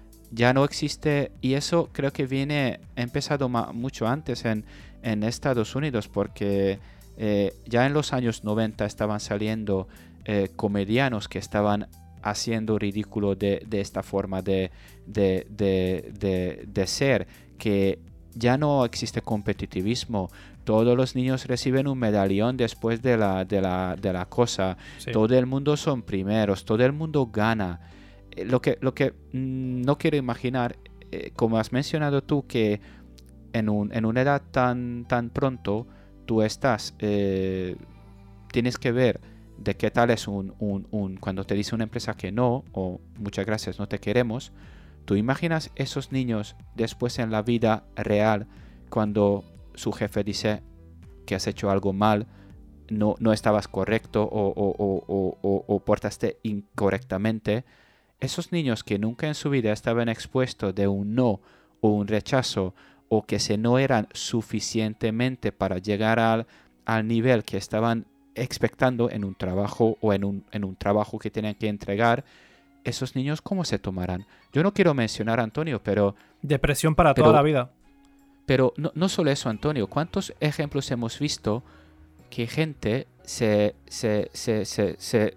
Speaker 1: Ya no existe, y eso creo que viene, ha empezado ma, mucho antes en, en Estados Unidos, porque eh, ya en los años noventa estaban saliendo eh, comedianos que estaban haciendo ridículo de, de esta forma de, de, de, de, de ser, que ya no existe competitivismo. Todos los niños reciben un medallón después de la, de la, de la cosa. Sí. Todo el mundo son primeros, todo el mundo gana. Lo que, lo que mmm, no quiero imaginar, eh, como has mencionado tú, que en, un, en una edad tan, tan pronto tú estás, eh, tienes que ver de qué tal es un, un, un, cuando te dice una empresa que no, o muchas gracias, no te queremos. ¿Tú imaginas esos niños después en la vida real, cuando su jefe dice que has hecho algo mal, no, no estabas correcto o, o, o, o, o, o portaste incorrectamente? Esos niños que nunca en su vida estaban expuestos de un no o un rechazo, o que se no eran suficientemente para llegar al, al nivel que estaban expectando en un trabajo o en un, en un trabajo que tenían que entregar, esos niños ¿cómo se tomarán? Yo no quiero mencionar a Antonio, pero...
Speaker 2: Depresión para
Speaker 1: pero,
Speaker 2: toda la vida.
Speaker 1: Pero no, no solo eso, Antonio. ¿Cuántos ejemplos hemos visto que gente se, se, se, se, se,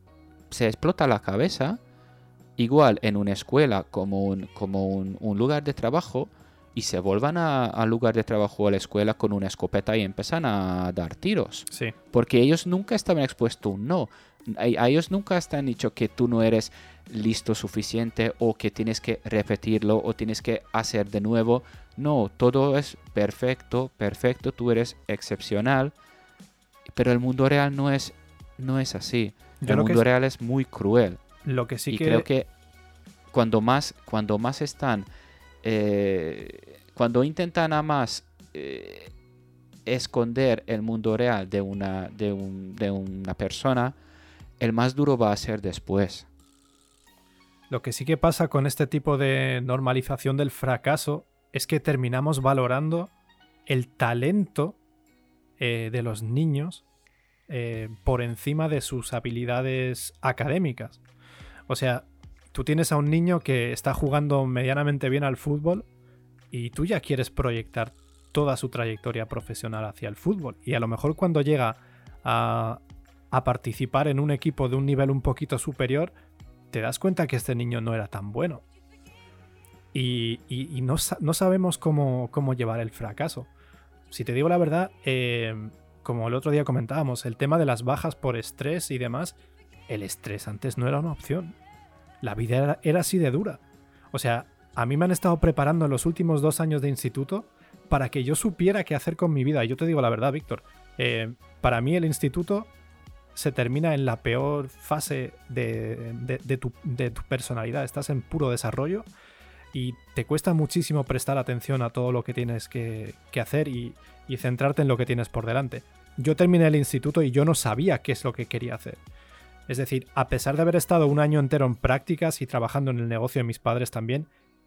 Speaker 1: se explota la cabeza, igual en una escuela como un, como un, un lugar de trabajo, y se vuelvan al lugar de trabajo o a la escuela con una escopeta y empiezan a dar tiros?
Speaker 2: Sí.
Speaker 1: Porque ellos nunca estaban expuestos a un no. A, a ellos nunca están dicho que tú no eres listo suficiente, o que tienes que repetirlo o tienes que hacer de nuevo. No, todo es perfecto, perfecto, tú eres excepcional. pero el mundo real no es, no es así.
Speaker 2: Yo
Speaker 1: el
Speaker 2: lo que
Speaker 1: mundo
Speaker 2: es-
Speaker 1: real es muy cruel.
Speaker 2: Lo que sí
Speaker 1: y
Speaker 2: que...
Speaker 1: creo que cuando más, cuando más están, eh, cuando intentan a más eh, esconder el mundo real de una, de, un, de una persona, el más duro va a ser después.
Speaker 2: Lo que sí que pasa con este tipo de normalización del fracaso es que terminamos valorando el talento eh, de los niños eh, por encima de sus habilidades académicas. O sea, tú tienes a un niño que está jugando medianamente bien al fútbol y tú ya quieres proyectar toda su trayectoria profesional hacia el fútbol. Y a lo mejor cuando llega a, a participar en un equipo de un nivel un poquito superior, te das cuenta que este niño no era tan bueno. Y, y, y no, no sabemos cómo, cómo llevar el fracaso. Si te digo la verdad, eh, como el otro día comentábamos, el tema de las bajas por estrés y demás, el estrés antes no era una opción. La vida era, era así de dura. O sea, a mí me han estado preparando en los últimos dos años de instituto para que yo supiera qué hacer con mi vida. Y yo te digo la verdad, Víctor, eh, para mí el instituto se termina en la peor fase de, de, de, tu, de tu personalidad. Estás en puro desarrollo y te cuesta muchísimo prestar atención a todo lo que tienes que, que hacer y, y centrarte en lo que tienes por delante. Yo terminé el instituto y yo no sabía qué es lo que quería hacer. Es decir, a pesar de haber estado un año entero en prácticas y trabajando en el negocio de mis padres también,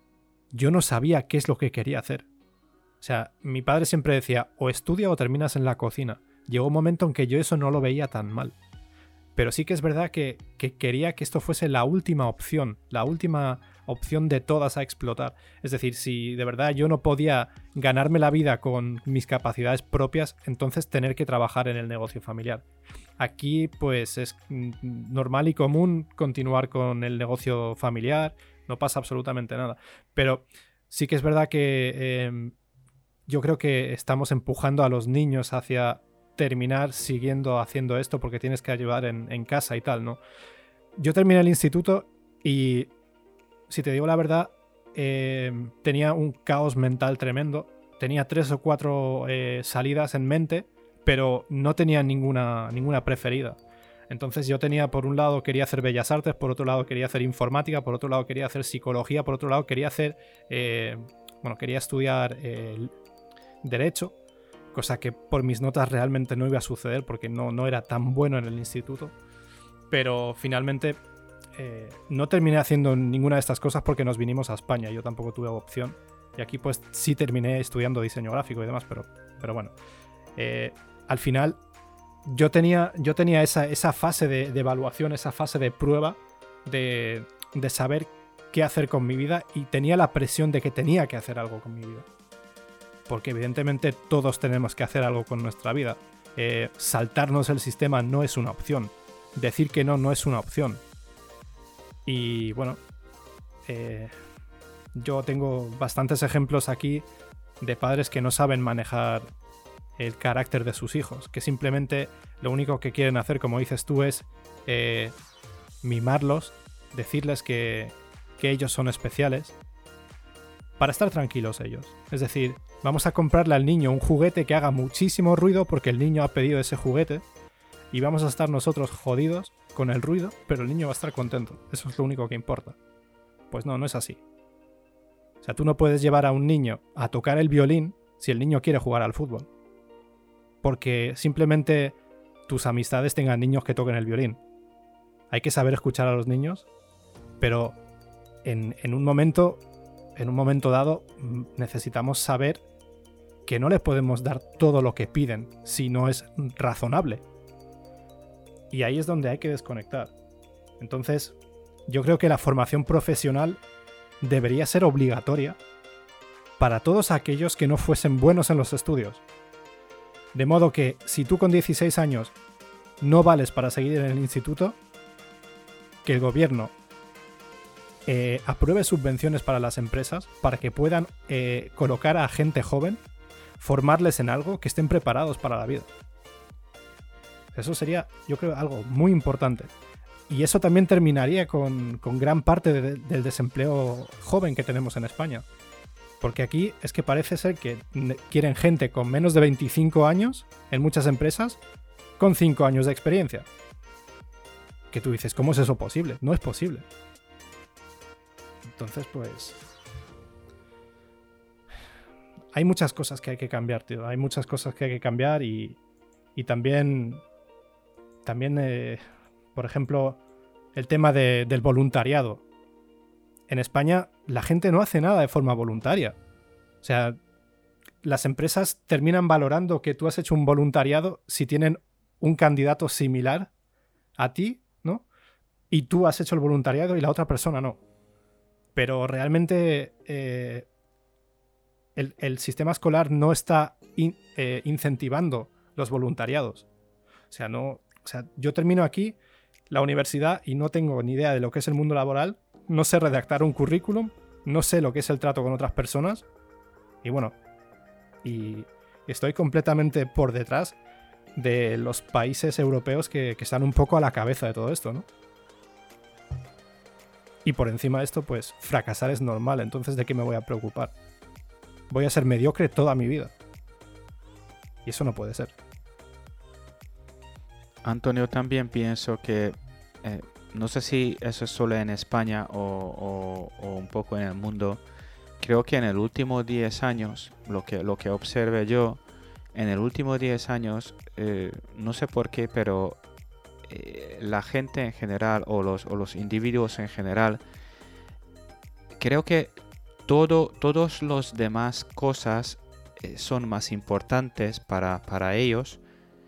Speaker 2: yo no sabía qué es lo que quería hacer. O sea, mi padre siempre decía, o estudia o terminas en la cocina. Llegó un momento en que yo eso no lo veía tan mal. Pero sí que es verdad que, que quería que esto fuese la última opción, la última opción de todas a explotar. Es decir, si de verdad yo no podía ganarme la vida con mis capacidades propias, entonces tener que trabajar en el negocio familiar. Aquí pues es normal y común continuar con el negocio familiar, no pasa absolutamente nada. Pero sí que es verdad que eh, yo creo que estamos empujando a los niños hacia terminar siguiendo haciendo esto porque tienes que ayudar en, en casa y tal, ¿no? Yo terminé el instituto y, si te digo la verdad, eh, tenía un caos mental tremendo. Tenía tres o cuatro eh, salidas en mente, pero no tenía ninguna, ninguna preferida. Entonces yo tenía, por un lado quería hacer bellas artes, por otro lado quería hacer informática, por otro lado quería hacer psicología, por otro lado quería hacer, eh, bueno, quería estudiar eh, derecho, cosa que por mis notas realmente no iba a suceder porque no, no era tan bueno en el instituto. Pero finalmente eh, no terminé haciendo ninguna de estas cosas porque nos vinimos a España. Yo tampoco tuve opción. Y aquí pues sí terminé estudiando diseño gráfico y demás, pero, pero bueno. Eh, al final yo tenía, yo tenía esa, esa fase de, de evaluación, esa fase de prueba de, de saber qué hacer con mi vida y tenía la presión de que tenía que hacer algo con mi vida. Porque evidentemente todos tenemos que hacer algo con nuestra vida. Eh, saltarnos el sistema no es una opción. Decir que no no es una opción. Y bueno, eh, yo tengo bastantes ejemplos aquí de padres que no saben manejar el carácter de sus hijos, que simplemente lo único que quieren hacer, como dices tú, es eh, mimarlos, decirles que, que ellos son especiales, para estar tranquilos ellos. Es decir, vamos a comprarle al niño un juguete que haga muchísimo ruido porque el niño ha pedido ese juguete y vamos a estar nosotros jodidos con el ruido, pero el niño va a estar contento. Eso es lo único que importa. Pues no, no es así. O sea, tú no puedes llevar a un niño a tocar el violín si el niño quiere jugar al fútbol. Porque simplemente tus amistades tengan niños que toquen el violín. Hay que saber escuchar a los niños, pero en, en un momento... En un momento dado necesitamos saber que no les podemos dar todo lo que piden si no es razonable. Y ahí es donde hay que desconectar. Entonces, yo creo que la formación profesional debería ser obligatoria para todos aquellos que no fuesen buenos en los estudios. De modo que si tú con dieciséis años no vales para seguir en el instituto, que el gobierno Eh, apruebe subvenciones para las empresas para que puedan eh, colocar a gente joven, formarles en algo que estén preparados para la vida. Eso sería, yo creo, algo muy importante. Y eso también terminaría con, con gran parte de, del desempleo joven que tenemos en España. Porque aquí es que parece ser que quieren gente con menos de veinticinco años en muchas empresas con cinco años de experiencia. Que tú dices, ¿cómo es eso posible? No es posible. Entonces, pues... hay muchas cosas que hay que cambiar, tío. Hay muchas cosas que hay que cambiar y, y también, también eh, por ejemplo, el tema de, del voluntariado. En España la gente no hace nada de forma voluntaria. O sea, las empresas terminan valorando que tú has hecho un voluntariado si tienen un candidato similar a ti, ¿no? Y tú has hecho el voluntariado y la otra persona no. Pero realmente eh, el, el sistema escolar no está in, eh, incentivando los voluntariados. O sea, no, o sea, yo termino aquí la universidad y no tengo ni idea de lo que es el mundo laboral, no sé redactar un currículum, no sé lo que es el trato con otras personas y bueno, y estoy completamente por detrás de los países europeos que, que están un poco a la cabeza de todo esto, ¿no? Y por encima de esto, pues fracasar es normal, entonces ¿de qué me voy a preocupar? Voy a ser mediocre toda mi vida. Y eso no puede ser.
Speaker 1: Antonio, también pienso que, eh, no sé si eso es solo en España o, o, o un poco en el mundo, creo que en el último diez años, lo que, lo que observé yo, en el último diez años, eh, no sé por qué, pero eh, la gente en general o los, o los individuos en general, creo que todo, todos los demás cosas eh, son más importantes para, para ellos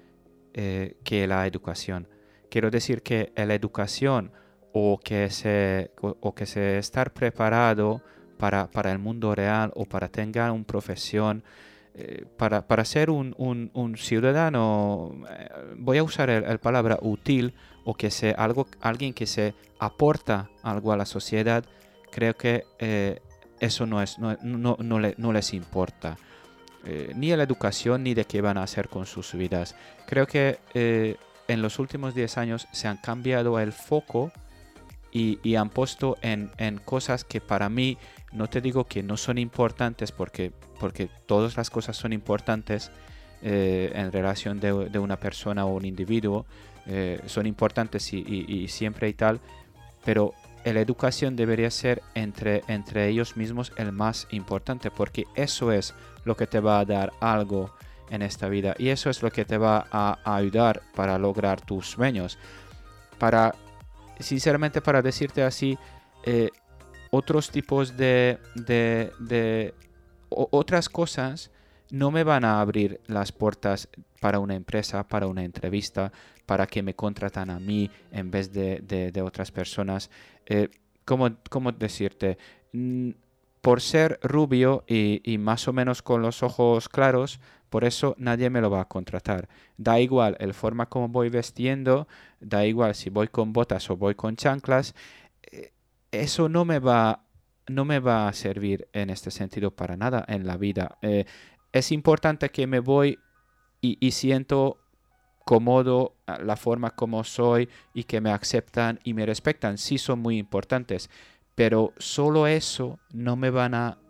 Speaker 1: eh, que la educación. Quiero decir que la educación o que se, o, o que se estar preparado para, para el mundo real o para tener una profesión, eh, para, para ser un, un, un ciudadano, eh, voy a usar el, el palabra útil, o que sea algo, alguien que se aporta algo a la sociedad, creo que eh, eso no, es, no, no, no, le, no les importa. Eh, ni a la educación ni de qué van a hacer con sus vidas. Creo que eh, en los últimos diez años se han cambiado el foco y, y han puesto en, en cosas que para mí, no te digo que no son importantes, porque, porque todas las cosas son importantes eh, en relación de, de una persona o un individuo, eh, son importantes y, y, y siempre y tal, pero la educación debería ser entre, entre ellos mismos el más importante, porque eso es lo que te va a dar algo en esta vida y eso es lo que te va a, a ayudar para lograr tus sueños. Para, sinceramente, para decirte así, eh, otros tipos de, de, de o, otras cosas no me van a abrir las puertas para una empresa, para una entrevista, para que me contratan a mí en vez de, de, de otras personas. Eh, ¿cómo, ¿Cómo decirte? Mm, por ser rubio y, y más o menos con los ojos claros, por eso nadie me lo va a contratar. Da igual el forma como voy vestiendo, da igual si voy con botas o voy con chanclas, eh, eso no me va, no me va a servir en este sentido para nada en la vida. Eh, es importante que me voy y, y siento cómodo la forma como soy y que me aceptan y me respetan. Sí, son muy importantes, pero solo eso no me van a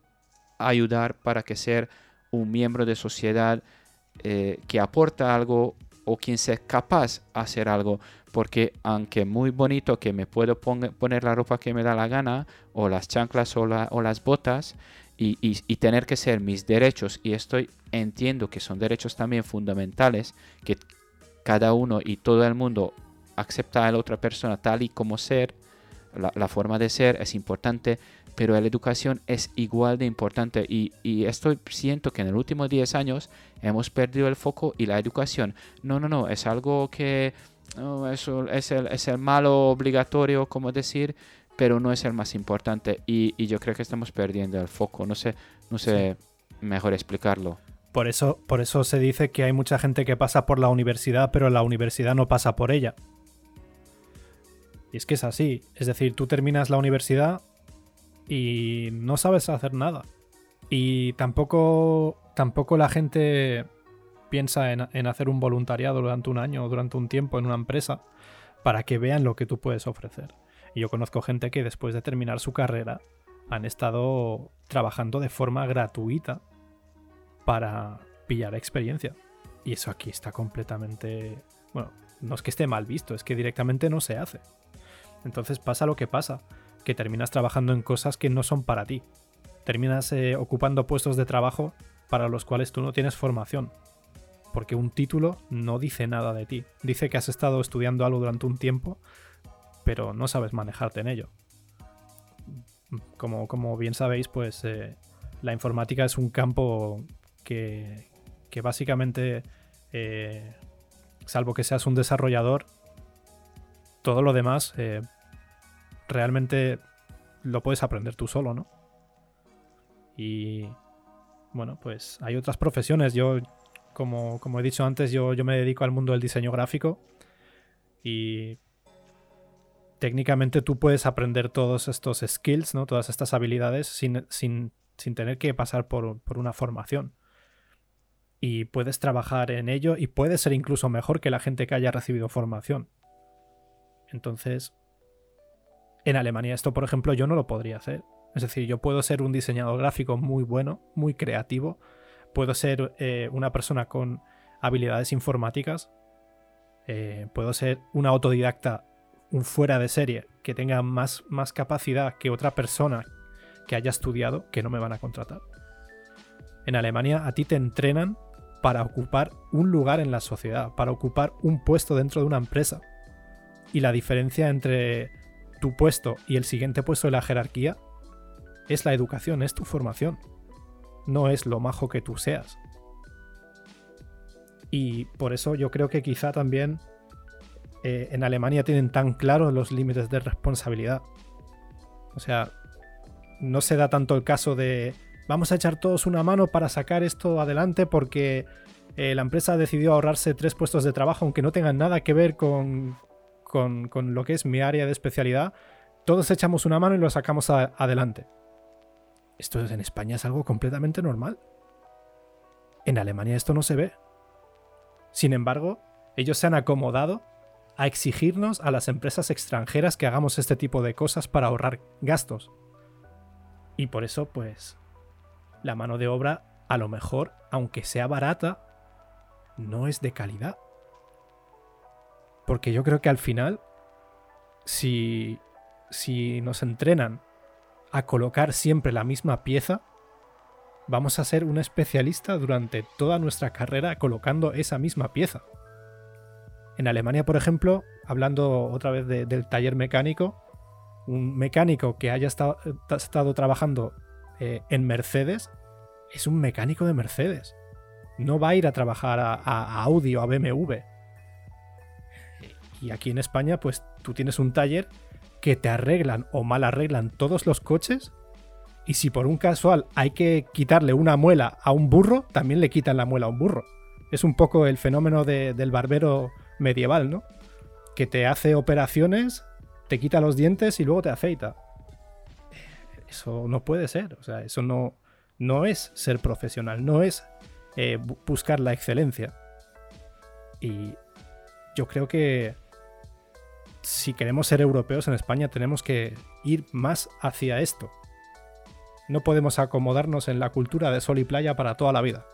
Speaker 1: ayudar para que ser un miembro de sociedad eh, que aporta algo o quien sea capaz de hacer algo, porque aunque muy bonito que me puedo pon- poner la ropa que me da la gana o las chanclas o, la, o las botas y, y, y tener que ser mis derechos, y estoy entiendo que son derechos también fundamentales, que cada uno y todo el mundo acepta a la otra persona tal y como ser, la, la forma de ser es importante, pero la educación es igual de importante y, y esto siento que en los últimos diez años hemos perdido el foco y la educación, no, no, no, es algo que oh, eso es, el, es el malo obligatorio, como decir, pero no es el más importante y, y yo creo que estamos perdiendo el foco, no sé, no sé sí. mejor explicarlo.
Speaker 2: Por eso, por eso se dice que hay mucha gente que pasa por la universidad, pero la universidad no pasa por ella. Y es que es así, es decir, tú terminas la universidad y no sabes hacer nada. Y tampoco, tampoco la gente piensa en, en hacer un voluntariado durante un año o durante un tiempo en una empresa para que vean lo que tú puedes ofrecer. Y yo conozco gente que después de terminar su carrera han estado trabajando de forma gratuita para pillar experiencia. Y eso aquí está completamente... Bueno, no es que esté mal visto, es que directamente no se hace. Entonces pasa lo que pasa, que terminas trabajando en cosas que no son para ti. Terminas eh, ocupando puestos de trabajo para los cuales tú no tienes formación. Porque un título no dice nada de ti. Dice que has estado estudiando algo durante un tiempo, pero no sabes manejarte en ello. Como, como bien sabéis, pues eh, la informática es un campo que, que básicamente, eh, salvo que seas un desarrollador, todo lo demás eh, realmente lo puedes aprender tú solo, ¿no? Y bueno, pues hay otras profesiones. Yo, como, como he dicho antes, yo, yo me dedico al mundo del diseño gráfico y técnicamente tú puedes aprender todos estos skills, ¿no? Todas estas habilidades sin, sin, sin tener que pasar por, por una formación. Y puedes trabajar en ello y puedes ser incluso mejor que la gente que haya recibido formación. Entonces, en Alemania esto, por ejemplo, yo no lo podría hacer. Es decir, yo puedo ser un diseñador gráfico muy bueno, muy creativo. Puedo ser eh, una persona con habilidades informáticas. Eh, puedo ser un autodidacta, un fuera de serie, que tenga más, más capacidad que otra persona que haya estudiado, que no me van a contratar. En Alemania a ti te entrenan para ocupar un lugar en la sociedad, para ocupar un puesto dentro de una empresa. Y la diferencia entre tu puesto y el siguiente puesto de la jerarquía es la educación, es tu formación. No es lo majo que tú seas. Y por eso yo creo que quizá también eh, en Alemania tienen tan claros los límites de responsabilidad. O sea, no se da tanto el caso de vamos a echar todos una mano para sacar esto adelante porque eh, la empresa decidió ahorrarse tres puestos de trabajo aunque no tengan nada que ver con, con, con lo que es mi área de especialidad. Todos echamos una mano y lo sacamos a, adelante. Esto en España es algo completamente normal. En Alemania esto no se ve. Sin embargo, ellos se han acomodado a exigirnos a las empresas extranjeras que hagamos este tipo de cosas para ahorrar gastos. Y por eso, pues, la mano de obra, a lo mejor, aunque sea barata, no es de calidad. Porque yo creo que al final, si, si nos entrenan a colocar siempre la misma pieza, vamos a ser un especialista durante toda nuestra carrera colocando esa misma pieza. En Alemania, por ejemplo, hablando otra vez de, del taller mecánico, un mecánico que haya estado, estado trabajando eh, en Mercedes es un mecánico de Mercedes. No va a ir a trabajar a, a Audi o a B M W. Y aquí en España, pues tú tienes un taller que te arreglan o mal arreglan todos los coches. Y si por un casual hay que quitarle una muela a un burro, también le quitan la muela a un burro. Es un poco el fenómeno de, del barbero medieval, ¿no? Que te hace operaciones, te quita los dientes y luego te afeita. Eso no puede ser. O sea, eso no, no es ser profesional, no es eh, buscar la excelencia. Y yo creo que si queremos ser europeos en España tenemos que ir más hacia esto. No podemos acomodarnos en la cultura de sol y playa para toda la vida.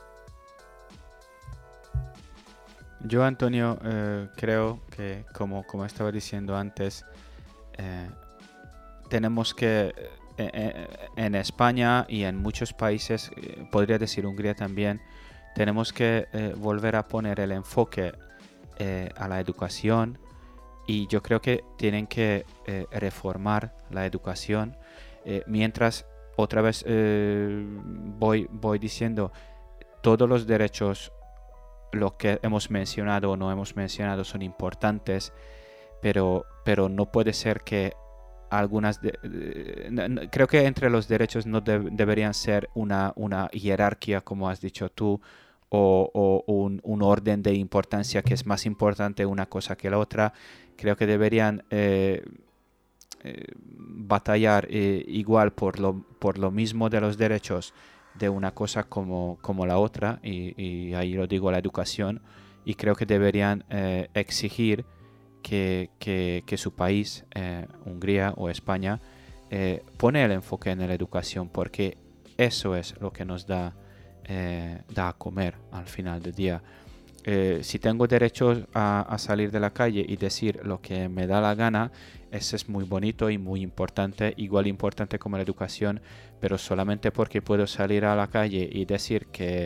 Speaker 1: Yo, Antonio, eh, creo que, como, como estaba diciendo antes, eh, tenemos que, eh, en España y en muchos países, eh, podría decir Hungría también, tenemos que eh, volver a poner el enfoque eh, a la educación, y yo creo que tienen que eh, reformar la educación, eh, mientras otra vez eh, voy, voy diciendo todos los derechos, lo que hemos mencionado o no hemos mencionado, son importantes, pero, pero no puede ser que algunas... De, de, creo que entre los derechos no de, deberían ser una, una jerarquía, como has dicho tú, o, o un, un orden de importancia que es más importante una cosa que la otra. Creo que deberían eh, eh, batallar eh, igual por lo, por lo mismo de los derechos de una cosa como, como la otra, y, y ahí lo digo, la educación, y creo que deberían eh, exigir que, que, que su país, eh, Hungría o España, eh, pone el enfoque en la educación, porque eso es lo que nos da eh, da a comer al final del día. Eh, si tengo derecho a, a salir de la calle y decir lo que me da la gana, eso es muy bonito y muy importante, igual importante como la educación, pero solamente porque puedo salir a la calle y decir que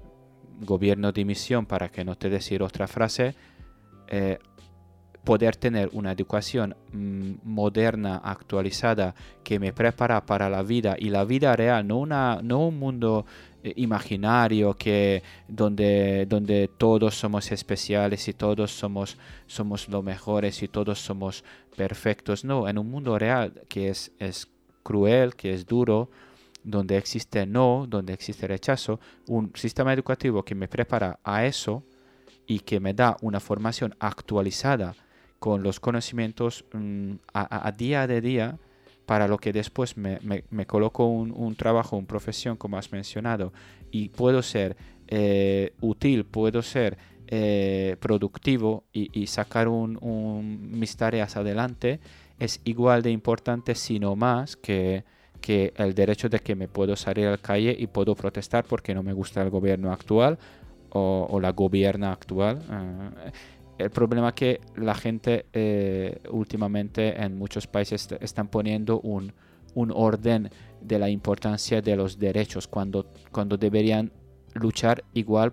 Speaker 1: gobierno de dimisión, para que no te decir otra frase, eh, poder tener una educación mmm, moderna, actualizada, que me prepara para la vida y la vida real, no, una, no un mundo eh, imaginario que, donde, donde todos somos especiales y todos somos, somos los mejores y todos somos perfectos. No, en un mundo real que es, es cruel, que es duro, donde existe no, donde existe rechazo, un sistema educativo que me prepara a eso y que me da una formación actualizada con los conocimientos mmm, a, a día de día, para lo que después me, me, me coloco un, un trabajo, una profesión, como has mencionado, y puedo ser eh, útil, puedo ser eh, productivo y, y sacar un, un, mis tareas adelante, es igual de importante, si no más, que, que el derecho de que me puedo salir a la calle y puedo protestar porque no me gusta el gobierno actual o, o la gobierna actual. Uh, El problema es que la gente eh, últimamente en muchos países est- están poniendo un, un orden de la importancia de los derechos cuando, cuando deberían luchar igual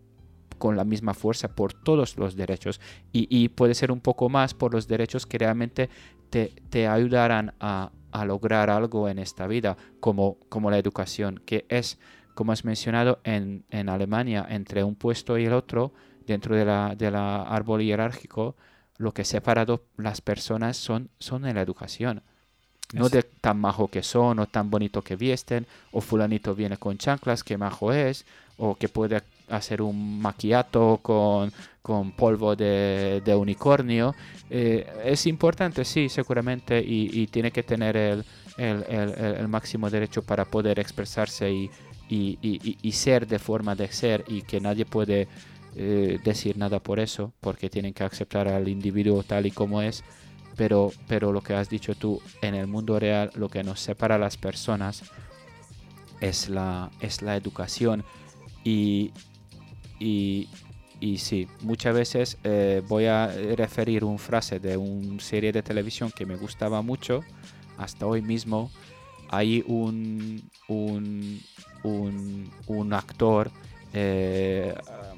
Speaker 1: con la misma fuerza por todos los derechos y, y puede ser un poco más por los derechos que realmente te, te ayudarán a, a lograr algo en esta vida, como, como la educación, que es, como has mencionado, en, en Alemania, entre un puesto y el otro, dentro de la, de la árbol jerárquico, lo que separa a las personas son, son en la educación. No
Speaker 2: Es,
Speaker 1: de tan majo que son, o tan bonito que visten, o fulanito viene con chanclas, que majo es, o que puede hacer un macchiato con, con polvo de, de unicornio. Eh, es importante, sí, seguramente, y, y tiene que tener el, el, el, el máximo derecho para poder expresarse y, y, y, y ser de forma de ser, y que nadie puede eh, decir nada por eso, porque tienen que aceptar al individuo tal y como es. Pero, pero lo que has dicho tú, en el mundo real, lo que nos separa a las personas es la, es la educación. Y, y, y sí, muchas veces eh, voy a referir una frase de una serie de televisión que me gustaba mucho, hasta hoy mismo. Hay un, un, un, un actor, eh,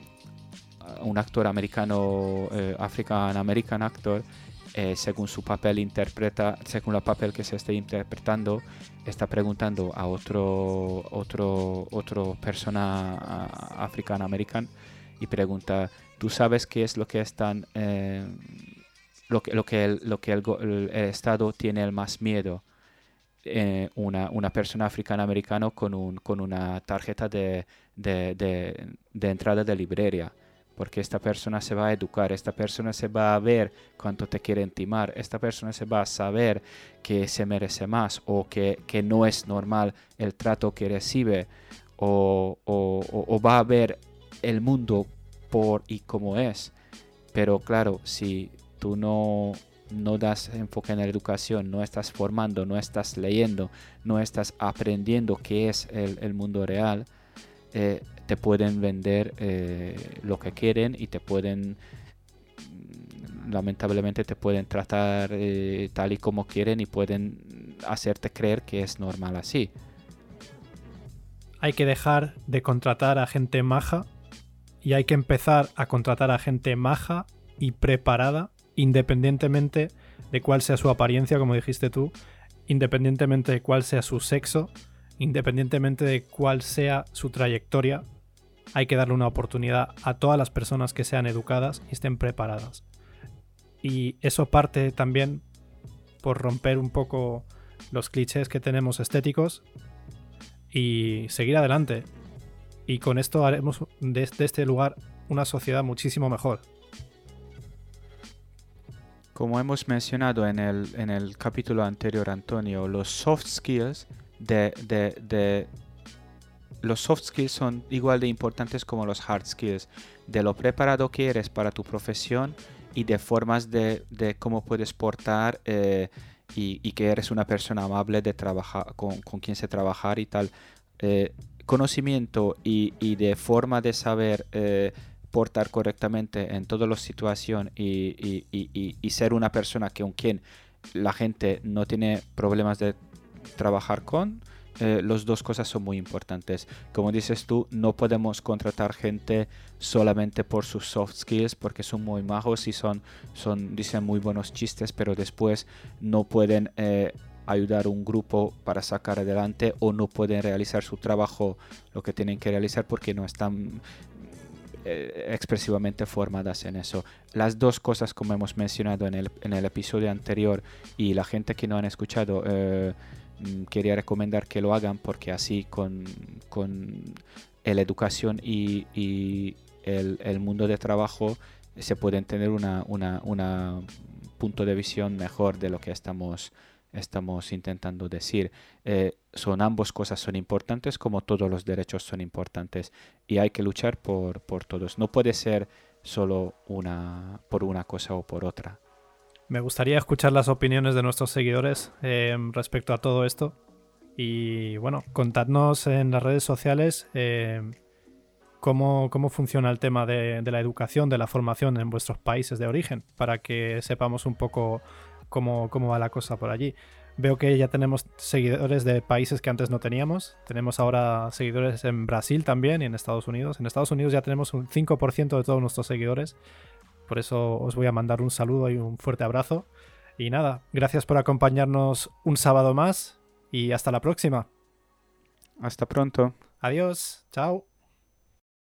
Speaker 1: un actor americano, eh, African American actor, eh, según su papel interpreta, según el papel que se esté interpretando, está preguntando a otro, otro, otro persona uh, African American y pregunta, ¿tú sabes qué es lo que están, eh, lo que, lo que, el, lo que el, el, el Estado tiene el más miedo? Eh, una, una persona africana-americana con, un, con una tarjeta de, de, de, de entrada de librería, porque esta persona se va a educar, esta persona se va a ver cuánto te quiere intimar, esta persona se va a saber que se merece más o que, que no es normal el trato que recibe, o, o, o, o va a ver el mundo por y como es. Pero claro, si tú no, no das enfoque en la educación, no estás formando, no estás leyendo, no estás aprendiendo qué es el, el mundo real, eh, te pueden vender eh, lo que quieren y te pueden, lamentablemente te pueden tratar eh, tal y como quieren y pueden hacerte creer que es normal así.
Speaker 2: hay que dejar de contratar a gente maja y hay que empezar a contratar a gente maja y preparada, independientemente de cuál sea su apariencia, como dijiste tú, independientemente de cuál sea su sexo, independientemente de cuál sea su trayectoria. Hay que darle una oportunidad a todas las personas que sean educadas y estén preparadas. Y eso parte también por romper un poco los clichés que tenemos estéticos y seguir adelante. Y con esto haremos desde este lugar una sociedad muchísimo mejor.
Speaker 1: Como hemos mencionado en el, en el capítulo anterior, Antonio, los soft skills de, de, de los soft skills son igual de importantes como los hard skills, de lo preparado que eres para tu profesión y de formas de, de cómo puedes portar eh, y, y que eres una persona amable de trabajar con, con quien se trabajar y tal. Eh, conocimiento y, y de forma de saber eh, portar correctamente en todas las situaciones y, y, y, y, y ser una persona que con quien la gente no tiene problemas de trabajar con, eh, las dos cosas son muy importantes. Como dices tú, no podemos contratar gente solamente por sus soft skills, porque son muy majos y son, son dicen muy buenos chistes, pero después no pueden eh, ayudar a un grupo para sacar adelante, o no pueden realizar su trabajo, lo que tienen que realizar, porque no están eh, expresivamente formadas en eso. Las dos cosas, como hemos mencionado en el, en el episodio anterior, y la gente que no han escuchado, eh, quería recomendar que lo hagan, porque así con, con la educación y, y el, el mundo de trabajo se pueden tener una, una, una punto de visión mejor de lo que estamos estamos intentando decir. Eh, son ambas cosas son importantes, como todos los derechos son importantes, y hay que luchar por, por todos. No puede ser solo una por una cosa o por otra.
Speaker 2: Me gustaría escuchar las opiniones de nuestros seguidores eh, respecto a todo esto. Y bueno, contadnos en las redes sociales eh, cómo, cómo funciona el tema de, de la educación, de la formación en vuestros países de origen, para que sepamos un poco cómo, cómo va la cosa por allí. Veo que ya tenemos seguidores de países que antes no teníamos. Tenemos ahora seguidores en Brasil también y en Estados Unidos. En Estados Unidos ya tenemos un cinco por ciento de todos nuestros seguidores. Por eso os voy a mandar un saludo y un fuerte abrazo. Y nada, gracias por acompañarnos un sábado más y hasta la próxima.
Speaker 1: Hasta pronto.
Speaker 2: Adiós, chao.